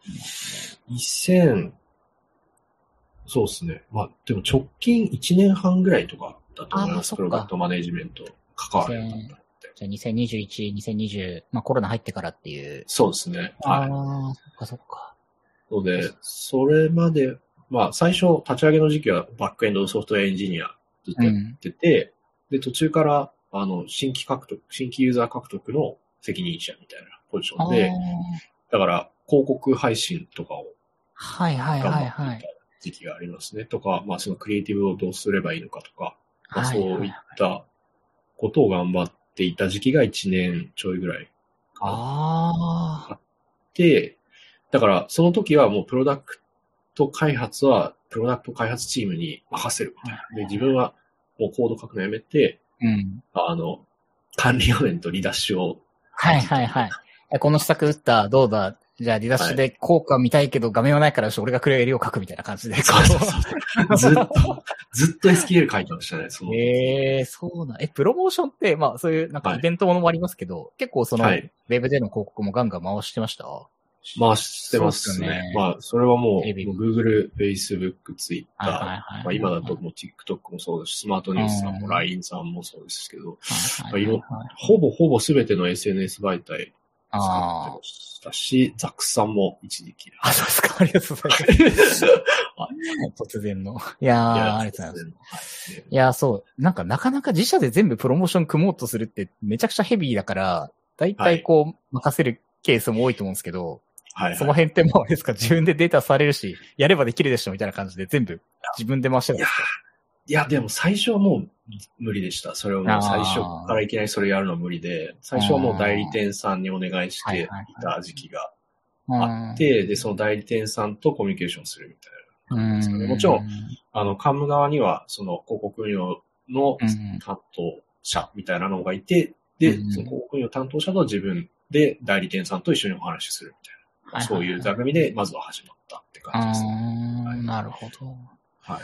そうですね。まあ、でも直近1年半ぐらいとかだと思います。プロダクトマネジメント関わるようになったって。 じゃあ2021、2020、まあコロナ入ってからっていう。 そうですね。 はい。そっか。 ので、それまで、まあ最初立ち上げの時期はバックエンドソフトウェアエンジニアずっとやってて、で、途中から新規ユーザー獲得の責任者みたいなポジションで、だから広告配信とかを頑張っていた時期がありますね。とか、まあそのクリエイティブをどうすればいいのかとか、まあ、そういったことを頑張っていた時期が1年ちょいぐらいあって、だからその時はもうプロダクト開発はプロダクト開発チームに任せるみたいな。で、自分はもうコード書くのやめて、管理画面とリダッシュを。 この施策打った、どうだ、じゃあリダッシュで効果見たいけど画面はないから俺がクエリを書くみたいな感じで。 ずっと SQL 書いてましたね、その。 そうだ。プロモーションって、まあそういうなんかイベントものもありますけど、結構その、ウェブでの広告もガンガン回してました？ 回してますね。まあ、それはもう、Google、Facebook、Twitter、まあ今だともう TikTok もそうですし、スマートニュースさんも LINE さんもそうですけど、ほぼすべての SNS 媒体使ってましたし、ザックさんも一時期。 そうですか。ありがとうございます。突然の。いやー、ありがとうございます。いやー、そう。なんかなかなか自社で全部プロモーション組もうとするってめちゃくちゃヘビーだから、だいたいこう、任せるケースも多いと思うんですけど、その辺ってもうですか、自分でデータされるし、やればできるでしょみたいな感じで全部自分で回してるんですか？ いや、でも最初はもう無理でした。それはもう最初からいきなりそれやるのは無理で、最初はもう代理店さんにお願いしていた時期があって、で、その代理店さんとコミュニケーションするみたいな感じですかね。もちろん、カム側にはその広告運用の担当者みたいなのがいて、で、その広告運用担当者と自分で代理店さんと一緒にお話しするみたいな。そういう座組でまずは始まったって感じですね。 なるほど。 はい。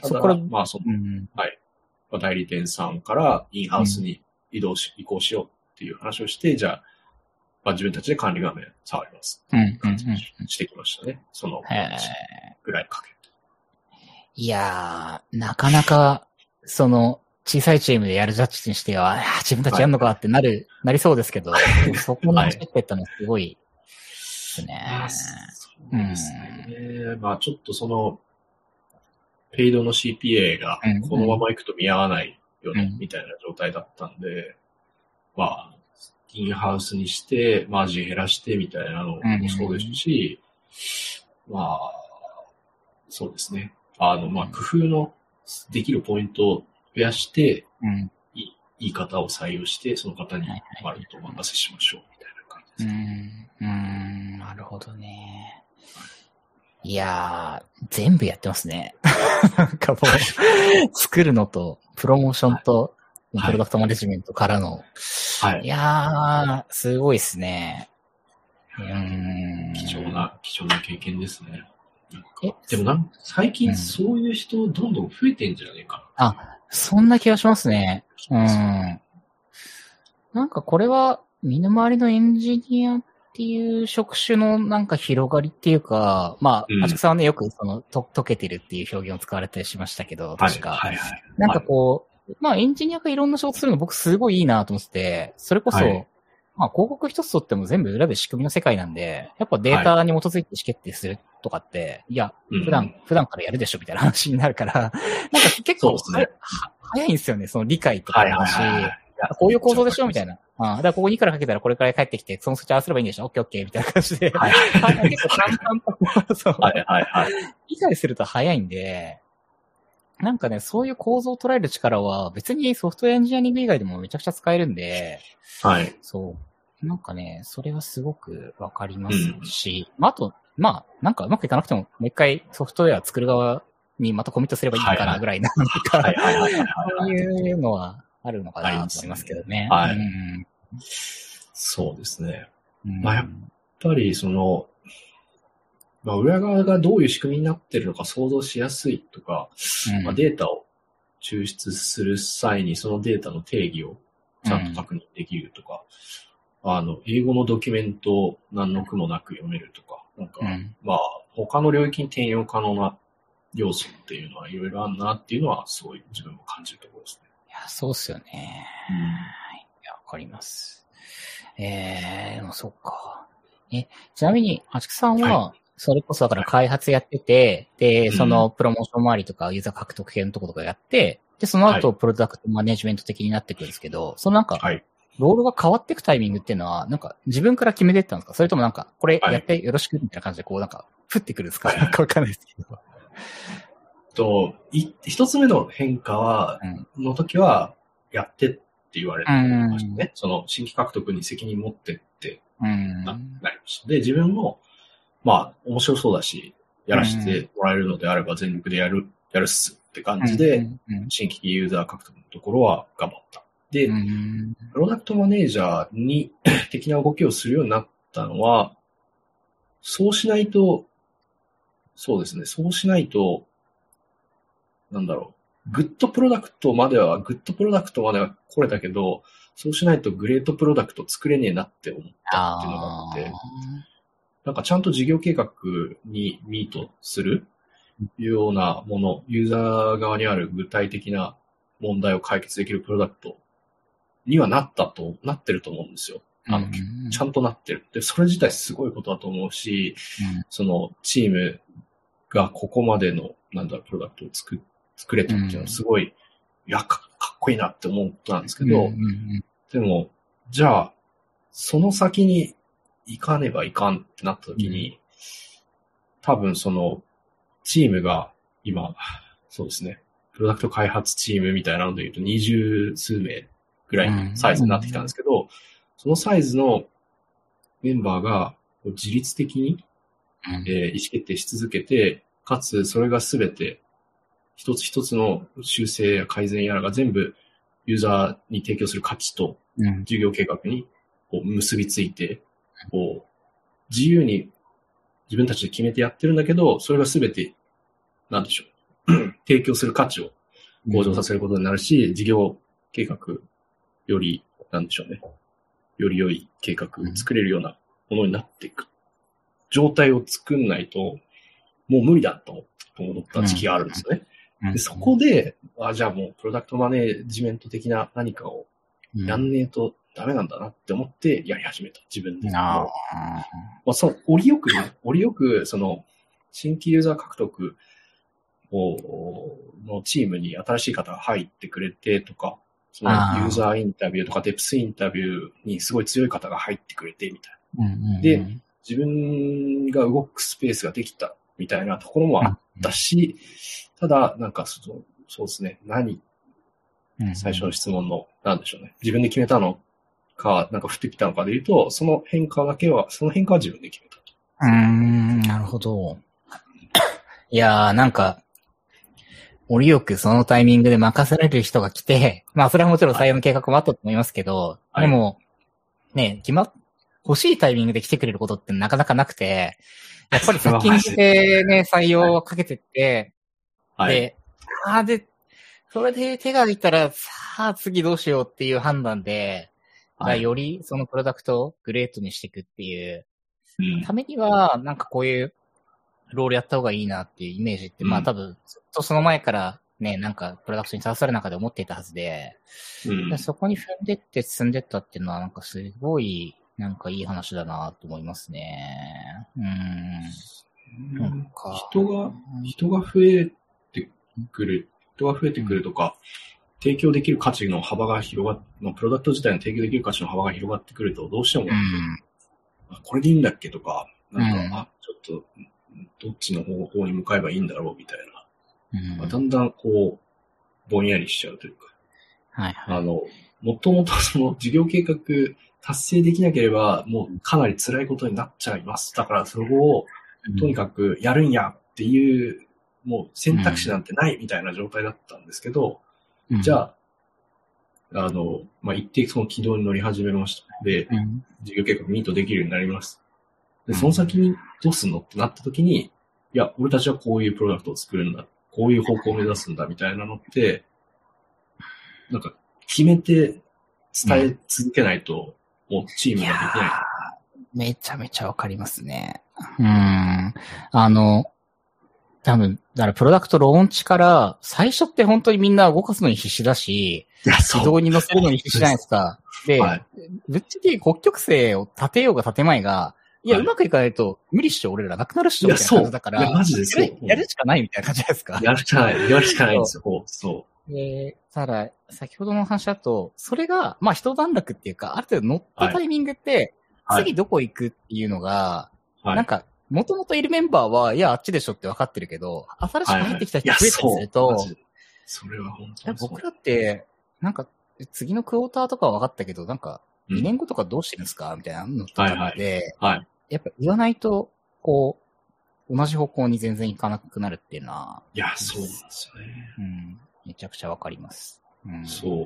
そこから、 まあはい。代理店さんからインハウスに移行しようっていう話をして、じゃあ、まあ、自分たちで管理画面触りますっていう感じにしてきましたね。そのぐらいかけて。 いやー、なかなか、その、小さいチームでやるジャッジにしては、自分たちやるのかってなりそうですけど、そこのチェックったのすごいですね。 そうですね。まあちょっとその、ペイドの CPA がこのまま行くと見合わないよね、みたいな状態だったんで、まあ、 インハウスにして、マージン減らしてみたいなのもそうですし、まあ、そうですね。まあ、工夫のできるポイントを増やして、いい方を採用して、その方にあるとお任せしましょうみたいな感じですね。 なるほどね。いやー、全部やってますね。なんかもう、作るのと、プロモーションと、プロダクトマネジメントからの。いやー、すごいですね。 貴重な経験ですね。でも最近そういう人どんどん増えてんじゃねえかな。 そんな気がしますね。なんかこれは、身の回りのエンジニアっていう職種のなんか広がりっていうか、まあ、あちくさんはね、よく溶けてるっていう表現を使われたりしましたけど、確か。なんかこう、まあエンジニアがいろんな仕事するの僕すごいいいなと思ってて、それこそ、まあ広告一つとっても全部裏で仕組みの世界なんで、やっぱデータに基づいて意思決定するとかって、いや、普段からやるでしょみたいな話になるから、なんか結構、早いんですよね、その理解とかもし、こういう構造でしょみたいな。だからここ2からかけたらこれくらい返ってきて、その数値合わせればいいんでしょオッケーオッケーみたいな感じで。結構淡々と、そう。理解すると早いんで、なんかね、そういう構造を捉える力は別にソフトウェアエンジニアリング以外でもめちゃくちゃ使えるんで、そう。なんかね、それはすごくわかりますし、あと、まあ、なんかうまくいかなくても、もう一回ソフトウェア作る側にまたコミットすればいいかなぐらいな、なんか、そういうのはあるのかなと思いますけどね。 そうですね。まあ、やっぱり裏側がどういう仕組みになってるのか想像しやすいとか、データを抽出する際にそのデータの定義をちゃんと確認できるとか、英語のドキュメントを何の苦もなく読めるとか、なんか、まあ、他の領域に転用可能な要素っていうのはいろいろあるなっていうのは、すごい自分も感じるところですね。 いや、そうっすよね。いや、わかります。でもそっか。ちなみに、あちくさんは、それこそだから開発やってて、で、そのプロモーション周りとかユーザー獲得系のところとかやって、で、その後プロダクトマネジメント的になってくるんですけど、そのなんか、ロールが変わっていくタイミングっていうのは、なんか自分から決めていったんですか？それともなんか、これやってよろしくみたいな感じでこうなんか、降ってくるんですか？なんかわかんないですけど。一つ目の変化は、の時は、やってって言われてましたね。その新規獲得に責任持ってってなりました。で、自分も、まあ、面白そうだし、やらせてもらえるのであれば全力でやるっすって感じで、新規ユーザー獲得のところは頑張った。で、プロダクトマネージャーに的な動きをするようになったのは、そうしないと、なんだろう、グッドプロダクトまでは来れたけど、そうしないとグレートプロダクト作れねえなって思ったっていうのがあって、なんかちゃんと事業計画にミートするようなもの、ユーザー側にある具体的な問題を解決できるプロダクトにはなってると思うんですよ。ちゃんとなってる。で、それ自体すごいことだと思うし、そのチームがここまでの、プロダクトを作れたっていうのはすごい、いや、かっこいいなって思うことなんですけど、でも、じゃあ、その先に行かねばいかんってなった時に、多分その、チームが今、そうですね、プロダクト開発チームみたいなので言うと20数名ぐらいのサイズになってきたんですけど、そのサイズのメンバーが自律的に、意思決定し続けて、かつそれがすべて一つ一つの修正や改善やらが全部ユーザーに提供する価値と事業計画にこう結びついて、こう自由に自分たちで決めてやってるんだけど、それがすべて、なんでしょう。提供する価値を向上させることになるし、事業計画より、なんでしょうね。より良い計画作れるようなものになっていく。状態を作んないと、もう無理だと思った時期があるんですよね。でそこで、じゃあもうプロダクトマネージメント的な何かをやんねえとダメなんだなって思ってやり始めた。自分で。その、折りよく、その、新規ユーザー獲得のチームに新しい方が入ってくれてとか、 そのユーザーインタビューとかデプスインタビューにすごい強い方が入ってくれてみたいな。で、自分が動くスペースができたみたいなところもあったし、ただ、なんかそうですね、最初の質問の、なんでしょうね。自分で決めたのか、なんか降ってきたのかで言うと、その変化は自分で決めたと。 なるほど。いやー、なんか、折よくそのタイミングで任せられる人が来て、まあそれはもちろん採用の計画もあったと思いますけど、でも、ね、欲しいタイミングで来てくれることってなかなかなくて、やっぱり先にしてね、採用をかけてって、で、それで手が空いたら、さあ次どうしようっていう判断で、よりそのプロダクトをグレートにしていくっていうためには、なんかこういうロールやった方がいいなっていうイメージって、まあ多分、ずっとその前からね、なんかプロダクトに携わる中で思っていたはずで、そこに踏んでって進んでったっていうのはなんかすごい、なんかいい話だなと思いますね。 人が増えてくるとか、提供できる価値の幅が広がっ、プロダクト自体の提供できる価値の幅が広がってくると、どうしても、これでいいんだっけとか、なんか、ちょっと、どっちの方向に向かえばいいんだろうみたいな。だんだんこう、ぼんやりしちゃうというか。もともとその事業計画達成できなければ、もうかなり辛いことになっちゃいます。だからそこを、とにかくやるんやっていう、もう選択肢なんてないみたいな状態だったんですけど、じゃあ、一定その軌道に乗り始めました。で、事業計画ミートできるようになります。で、その先にどうすんのってなった時に、いや、俺たちはこういうプロダクトを作るんだ。こういう方向を目指すんだみたいなのって、なんか決めて伝え続けないと、もうチームができない。 めちゃめちゃわかりますね。多分、だからプロダクトローンチから、最初って本当にみんな動かすのに必死だし、軌道に乗せるのに必死じゃないですか。で、ぶっちゃけ国局性を立てようが立てまいが、いや、うまくいかないと無理して俺らなくなるっしょみたいな感じだから、 マジでそう。 やるしかないみたいな感じじゃないですか。 やるしかないんですよ。そう。 ただ、先ほどの話だと、それが、まあ一段落っていうか、ある程度乗ったタイミングって、次どこ行くっていうのが、なんか、もともといるメンバーは、いや、あっちでしょって分かってるけど、新しく入ってきた人増えたりすると、 それは本当に僕らって、なんか、次のクォーターとかは分かったけど、なんか、2年後とかどうしてるんですかみたいなのとかで、やっぱ言わないと、こう、同じ方向に全然行かなくなるっていうのは。 いや、そうなんですよね。 めちゃくちゃ分かります。 そう。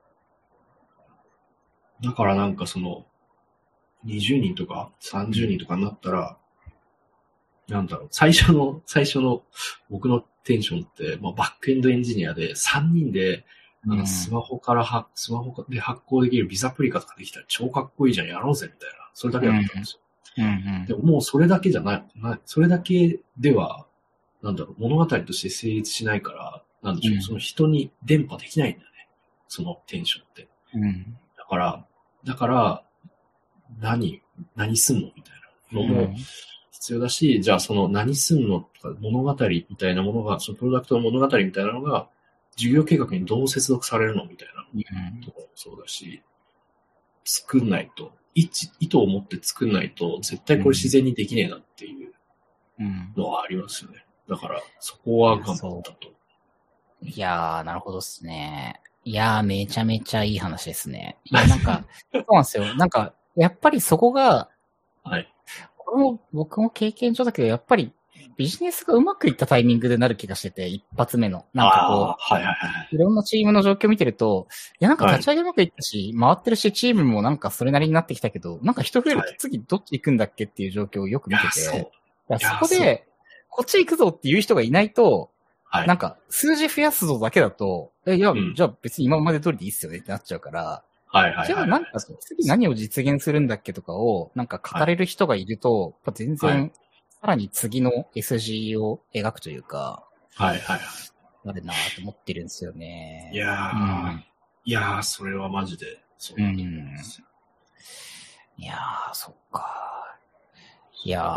だからなんかその、20人とか30人とかになったら、なんだろう、最初の僕のテンションって、バックエンドエンジニアで3人で、スマホで発行できるビザプリカとかできたら超かっこいいじゃん、やろうぜ、みたいな。それだけだったんですよ。でももうそれだけじゃない、それだけでは、なんだろう、物語として成立しないから、なんでしょう、その人に伝播できないんだよね。そのテンションって。だから、何すんのみたいなのも必要だし、じゃあその何すんのとか物語みたいなものが、そのプロダクトの物語みたいなのが、事業計画にどう接続されるのみたいなところもそうだし、作んないと、意図を持って作んないと、絶対これ自然にできねえなっていうのはありますよね。だから、そこは頑張ったと。 いやー、なるほどっすね。いやー、めちゃめちゃいい話ですね。いや、なんか、そうなんですよ。なんか、やっぱりそこが、これも僕も経験上だけど、やっぱりビジネスがうまくいったタイミングでなる気がしてて、一発目の。なんかこう、いろんなチームの状況を見てると、いやなんか立ち上げうまくいったし、回ってるし、チームもなんかそれなりになってきたけど、なんか人増えると次どっち行くんだっけっていう状況をよく見てて、そこで、こっち行くぞっていう人がいないと、なんか数字増やすぞだけだと、じゃあ別に今まで通りでいいっすよねってなっちゃうから、じゃあなんか次何を実現するんだっけとかをなんか語れる人がいると、全然さらに次の SG を描くというか、なるなぁと思ってるんですよね。 いやー、それはマジでそうだと思うんですよ。 いやー、そっか。いやー、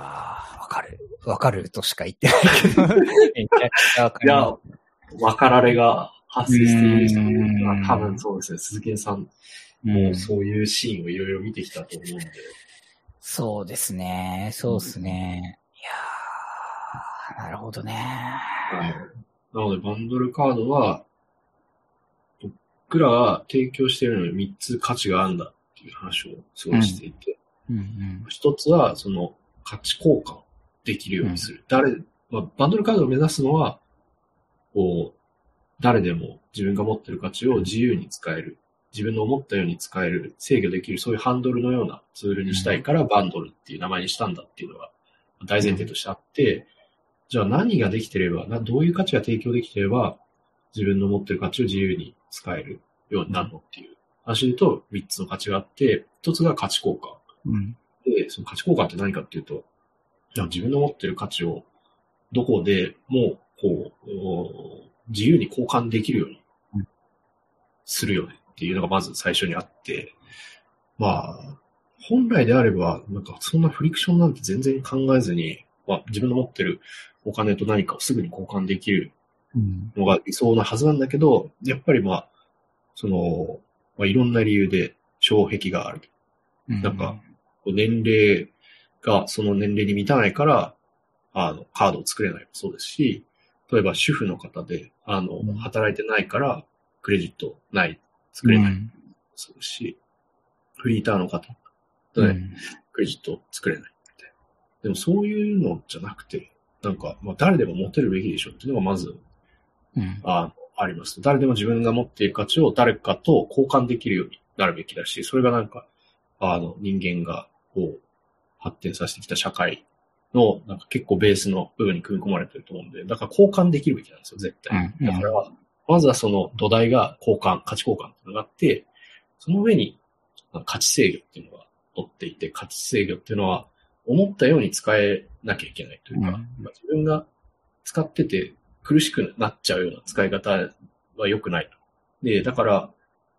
わかるとしか言ってないけど。めちゃくちゃわかる。 いや、わかられが発生しているし、まあ多分そうですね、鈴木さんもそういうシーンをいろいろ見てきたと思うんで。 そうですね。そうですね。いやー、なるほどね。 はい。なので、バンドルカードは、僕らが提供しているのに3つ価値があるんだっていう話をすごいしていて、一つは、その価値交換できるようにする。まあ、バンドルカードを目指すのは、こう、誰でも自分が持っている価値を自由に使える。自分の思ったように使える、制御できる、そういうハンドルのようなツールにしたいから、バンドルっていう名前にしたんだっていうのが大前提としてあって、じゃあ何ができてれば、どういう価値が提供できてれば、自分の持っている価値を自由に使えるようになるのっていう話で言うと、3つの価値があって、1つが価値交換。で、その価値交換って何かっていうと、自分の持っている価値をどこでも、こう、自由に交換できるようにするよねっていうのがまず最初にあって、まあ、本来であれば、なんかそんなフリクションなんて全然考えずに、まあ自分の持ってるお金と何かをすぐに交換できるのが理想なはずなんだけど、やっぱりまあ、いろんな理由で障壁がある。なんか、年齢がその年齢に満たないから、カードを作れないもそうですし、例えば主婦の方で、働いてないから、クレジットない、作れないもそうですし、フリーターの方で、クレジット作れないみたいな。でもそういうのじゃなくて、なんか、まあ誰でも持てるべきでしょっていうのがまず、あります。誰でも自分が持っている価値を誰かと交換できるようになるべきだし、それがなんか、人間がこう、発展させてきた社会の、なんか結構ベースの部分に組み込まれてると思うんで、だから交換できるべきなんですよ、絶対。だから、まずはその土台が価値交換っていうのがあって、その上に価値制御っていうのが乗っていて、価値制御っていうのは思ったように使えなきゃいけないというか、自分が使ってて苦しくなっちゃうような使い方は良くないと。で、だから、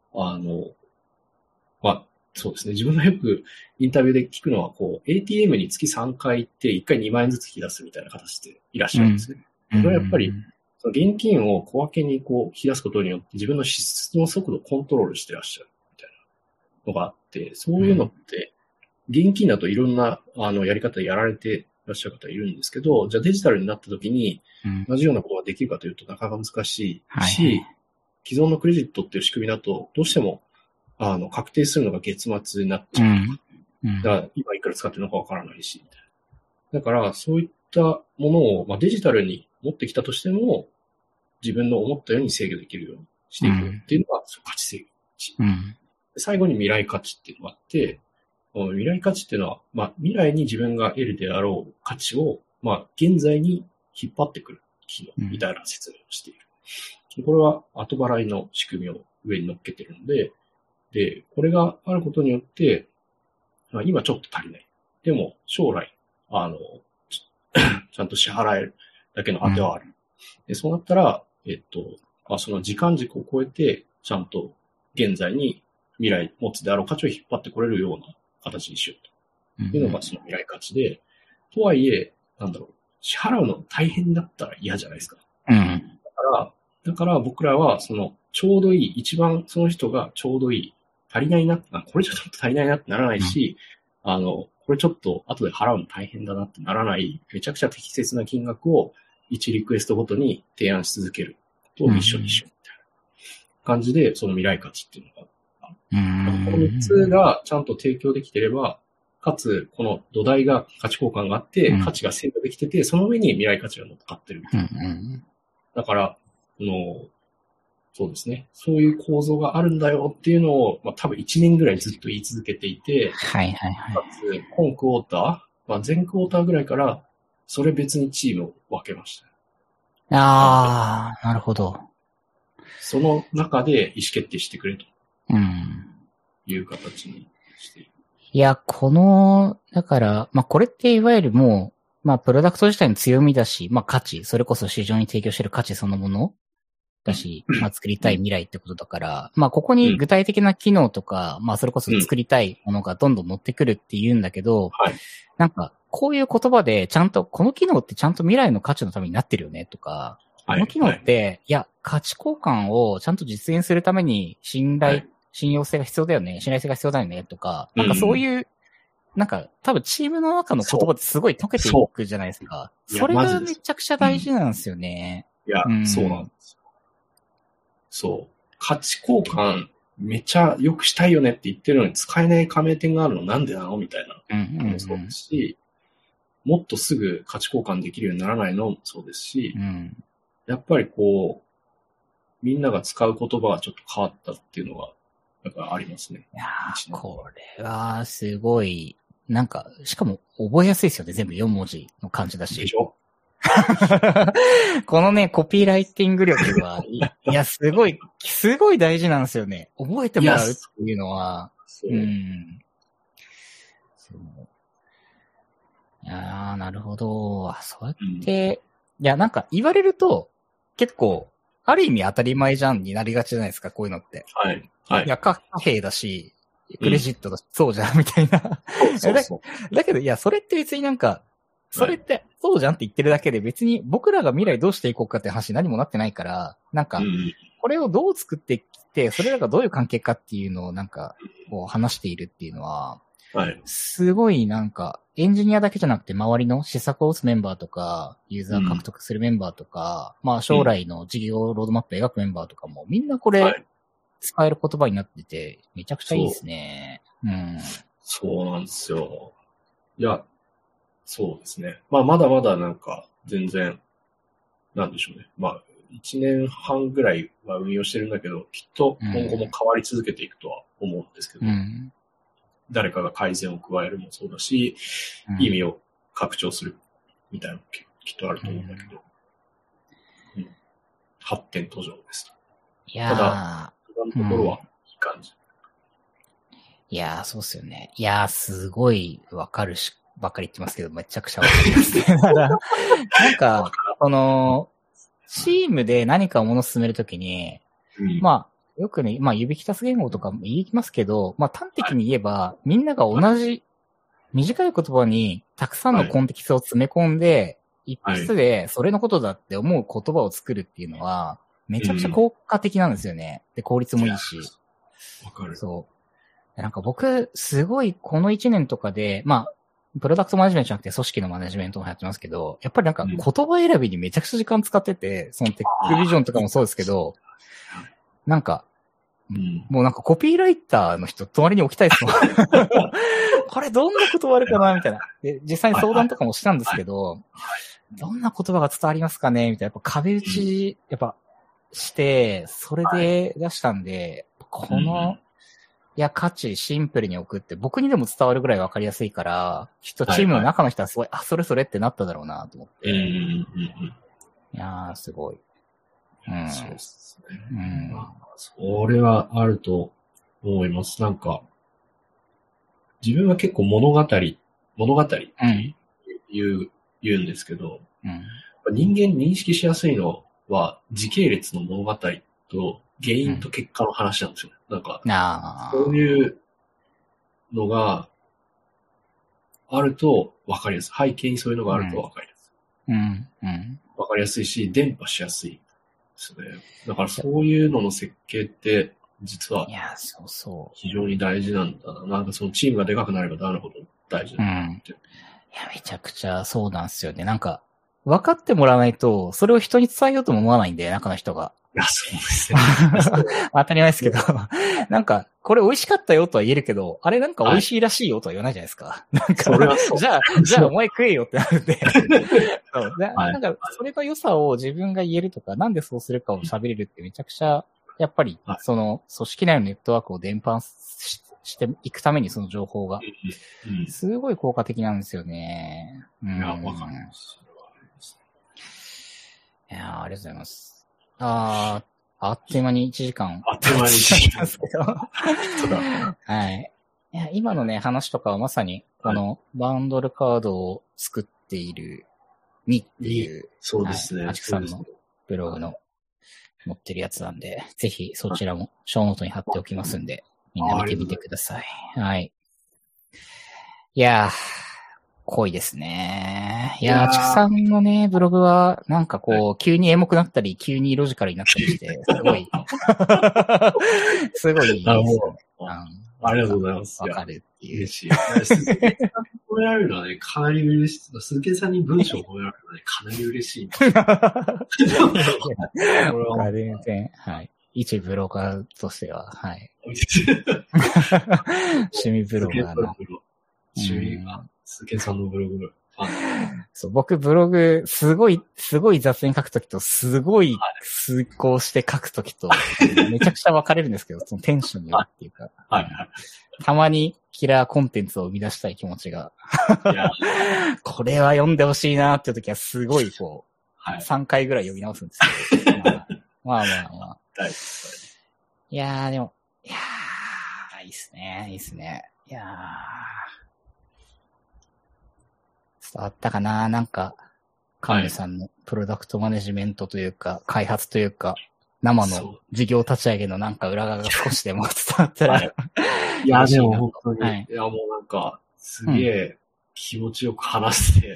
まあ、そうですね。自分がよくインタビューで聞くのは、こう、ATM に月3回行って、1回2万円ずつ引き出すみたいな形でいらっしゃるんですね。これはやっぱり、その現金を小分けにこう引き出すことによって自分の支出の速度をコントロールしてらっしゃるみたいなのがあって、そういうのって、現金だといろんなやり方やられていらっしゃる方いるんですけど、じゃあデジタルになった時に同じようなことができるかというとなかなか難しいし、既存のクレジットっていう仕組みだとどうしても確定するのが月末になっちゃうとか、だから今いくら使ってるのかわからないし、みたいな。だからそういったものを、まあ、デジタルに持ってきたとしても、自分の思ったように制御できるようにしていくっていうのが、価値制御。最後に未来価値っていうのがあって、未来価値っていうのは、まあ、未来に自分が得るであろう価値を、まあ、現在に引っ張ってくる機能みたいな説明をしている。これは後払いの仕組みを上に乗っけてるので、これがあることによって、今ちょっと足りない。でも、将来、ちゃんと支払えるだけの当てはある。で、そうなったら、その時間軸を超えて、ちゃんと現在に未来持つであろう価値を引っ張ってこれるような形にしようというのがその未来価値で、とはいえ、支払うの大変だったら嫌じゃないですか。だから僕らは、ちょうどいい、一番その人がちょうどいい、足りないな、これちょっと足りないなってならないし、これちょっと後で払うの大変だなってならない、めちゃくちゃ適切な金額を1リクエストごとに提案し続けるとミッションにしようみたいな感じで、その未来価値っていうのがこの3つがちゃんと提供できてれば、かつ、この土台が価値交換があって、価値が制御できてて、その上に未来価値が乗っかってるみたいな。だから、そうですね。そういう構造があるんだよっていうのを、まあ、多分1年ぐらいずっと言い続けていて、かつ、今クォーター、まあ、前クォーターぐらいから、それ別にチームを分けました。 なるほど。 その中で意思決定してくれと。いう形にしている。 いや、だから、まあ、これっていわゆるもう、まあ、プロダクト自体の強みだし、まあ、価値、それこそ市場に提供している価値そのものだし、まあ、作りたい未来ってことだから、まあ、ここに具体的な機能とか、まあ、それこそ作りたいものがどんどん乗ってくるって言うんだけど、なんか、こういう言葉でちゃんと、この機能ってちゃんと未来の価値のためになってるよねとか、この機能って、いや、 価値交換をちゃんと実現するために信用性が必要だよね、信頼性が必要だよね、とか、なんかそういう、なんか多分チームの中の言葉ってすごい溶けていくじゃないですか。それがめちゃくちゃ大事なんですよね。 いや、そうなんですよ。そう。価値交換めっちゃ良くしたいよねって言ってるのに使えない加盟店があるのなんでなのみたいなのもそうですし、もっとすぐ価値交換できるようにならないのもそうですし、やっぱりこう、みんなが使う言葉がちょっと変わったっていうのが、やっぱありますね。 いやー、これはすごい、なんか、しかも覚えやすいですよね。全部4文字の漢字だし。 でしょこのね、コピーライティング力は、いや、すごい大事なんですよね。覚えてもらうっていうのは。そう。いやー、なるほど。そうやって、いや、なんか言われると、結構、ある意味当たり前じゃんになりがちじゃないですか、こういうのって。 はい。はい。 いや、貨幣だし、クレジットだし、そうじゃん、みたいな。だけど、いや、それって別になんか、それって、そうじゃんって言ってるだけで別に僕らが未来どうしていこうかって話何もなってないから、なんか、これをどう作ってきて、それらがどういう関係かっていうのをなんか、こう話しているっていうのは、すごいなんか、エンジニアだけじゃなくて周りの施策を打つメンバーとか、ユーザー獲得するメンバーとか、まあ将来の事業ロードマップ描くメンバーとかも、みんなこれ、使える言葉になってて、めちゃくちゃいいですね。 そうなんですよ。いや、そうですね。まあ、まだまだなんか、全然、なんでしょうね。まあ、1年半ぐらいは運用してるんだけど、きっと今後も変わり続けていくとは思うんですけど、誰かが改善を加えるもそうだし、意味を拡張するみたいなのもきっとあると思うんだけど、発展途上です。 いやー、 ただ、今のところはいい感じ。 いやー、そうっすよね。いやー、すごいわかるし、ばっかり言ってますけど、めちゃくちゃわかりますね。なんか、チームで何かをものを進めるときに、まあ、よくね、まあ、指揮言語とかも言いますけど、まあ、端的に言えば、みんなが同じ、短い言葉にたくさんのコンテキストを詰め込んで、一筆でそれのことだって思う言葉を作るっていうのは、めちゃくちゃ効果的なんですよね。で、効率もいいし。 わかる。 そう。なんか僕、すごいこの1年とかで、まあ、プロダクトマネジメントじゃなくて組織のマネジメントもやってますけど、やっぱりなんか言葉選びにめちゃくちゃ時間使ってて、そのテックビジョンとかもそうですけど、なんか、もうなんかコピーライターの人隣に置きたいですもん。これどんな言葉あるかなみたいな。で、実際に相談とかもしたんですけど、どんな言葉が伝わりますかねみたいな。やっぱ壁打ち、やっぱして、それで出したんで、この、いや、価値シンプルに置くって僕にでも伝わるぐらいわかりやすいから、きっとチームの中の人はすごい、あ、それそれってなっただろうなと思って。いやー、すごい。 そうですね。それはあると思います。なんか、自分は結構物語って言うんですけど、人間認識しやすいのは時系列の物語と原因と結果の話なんですよ。なんか、そういうのがあると分かりやすい。背景にそういうのがあると分かりやすい。分かりやすいし、伝播しやすいですね。だからそういうのの設計って、実は非常に大事なんだな。なんかそのチームがでかくなればなるほど大事だなって。 いや、めちゃくちゃそうなんですよね。なんか、分かってもらわないと、それを人に伝えようとも思わないんで、中の人が。 いや、そうですね。 当たり前ですけど、なんか、これ美味しかったよとは言えるけど、あれなんか美味しいらしいよとは言わないじゃないですか。なんか、 それはそうじゃあお前食えよってなるんで。そうなんか、それの良さを自分が言えるとか、なんでそうするかを喋れるってめちゃくちゃ、やっぱり、その、組織内のネットワークを伝播していくためにその情報が、すごい効果的なんですよね。 いや、わかります。 いや、ありがとうございます。あっという間に1時間。 あっという間に1時間。 はい。いや、今のね、話とかはまさに、このバンドルカードを作っているにっていう、 そうですね。 あちくさんのブログの載ってるやつなんで、ぜひそちらもショーノートに貼っておきますんで、みんな見てみてください。はい。いやー、 濃いですね。いやー、ちくさんのね、ブログは、なんかこう、急にエモくなったり、急にロジカルになったりして、すごい、すごいいいですよね。 ありがとうございます。 わかるっていう。 嬉しい。鈴木さんに褒められるのはね、かなり嬉しい。鈴木さんに文章を褒められるのはね、かなり嬉しい。 全然、はい。一ブロガーとしては、はい。趣味ブロガーの。 趣味が、鈴木さんのブログ。 そう、僕ブログ、すごい雑に書くときと、すごい遂行して書くときと、めちゃくちゃ分かれるんですけど、そのテンションによるっていうか。 はいはい。 たまにキラーコンテンツを生み出したい気持ちが。これは読んでほしいなっていうときは、すごいこう、3回ぐらい読み直すんですけど。まあ。いやー、でも、いいっすね。いやー。伝わったかな、なんか、神戸さんのプロダクトマネジメントというか、開発というか、生の事業立ち上げのなんか裏側が少しでも伝わったら、いや、でも本当に、いや、もうなんか、すげえ気持ちよく話して、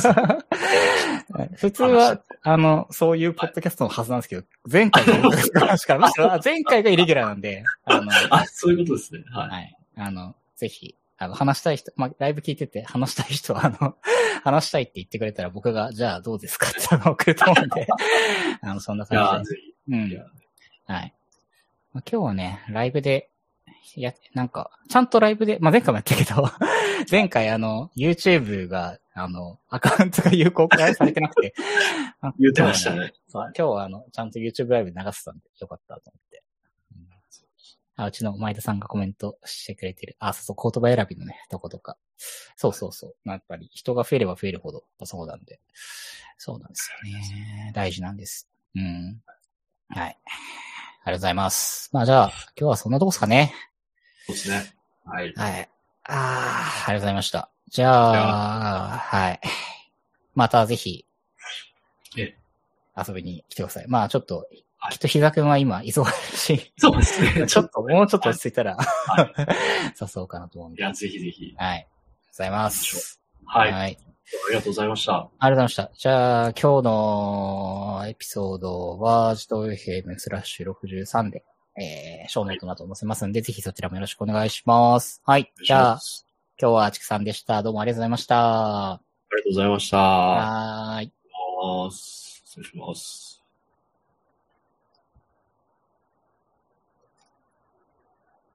普通は、そういうポッドキャストのはずなんですけど、前回が前回がイレギュラーなんで、 そういうことですね。はい。 ぜひ、話したい人、ライブ聞いてて話したい人は、話したいって言ってくれたら僕が、じゃあどうですかって送ると思うんで、そんな感じで。はい。今日はね、ライブで、なんか、ちゃんとライブで、前回もやったけど、前回YouTube が、アカウントが有効化されてなくて、 言ってましたね。 今日はちゃんと YouTube ライブで流してたんでよかったと思って。うちの前田さんがコメントしてくれてる。言葉選びのね、とことか。そう。やっぱり人が増えれば増えるほど、そうなんで。そうなんですよね。大事なんです。はい。ありがとうございます。じゃあ、今日はそんなとこですかね。 そうですね。はい。 ありがとうございました。じゃあ、はい。またぜひ、遊びに来てください。ちょっと、きっとひざくんは今忙しい。 そうですね。 もうちょっと落ち着いたら、誘おうかなと思うんで。 いや、ぜひぜひ。 はい。ありがとうございます。 はい。ありがとうございました。 ありがとうございました。じゃあ、今日のエピソードは、自動 FM/63 で、ショーノートなど載せますんで、ぜひそちらもよろしくお願いします。はい。じゃあ、今日はちくさんでした。どうもありがとうございました。 ありがとうございました。 はい。 失礼します。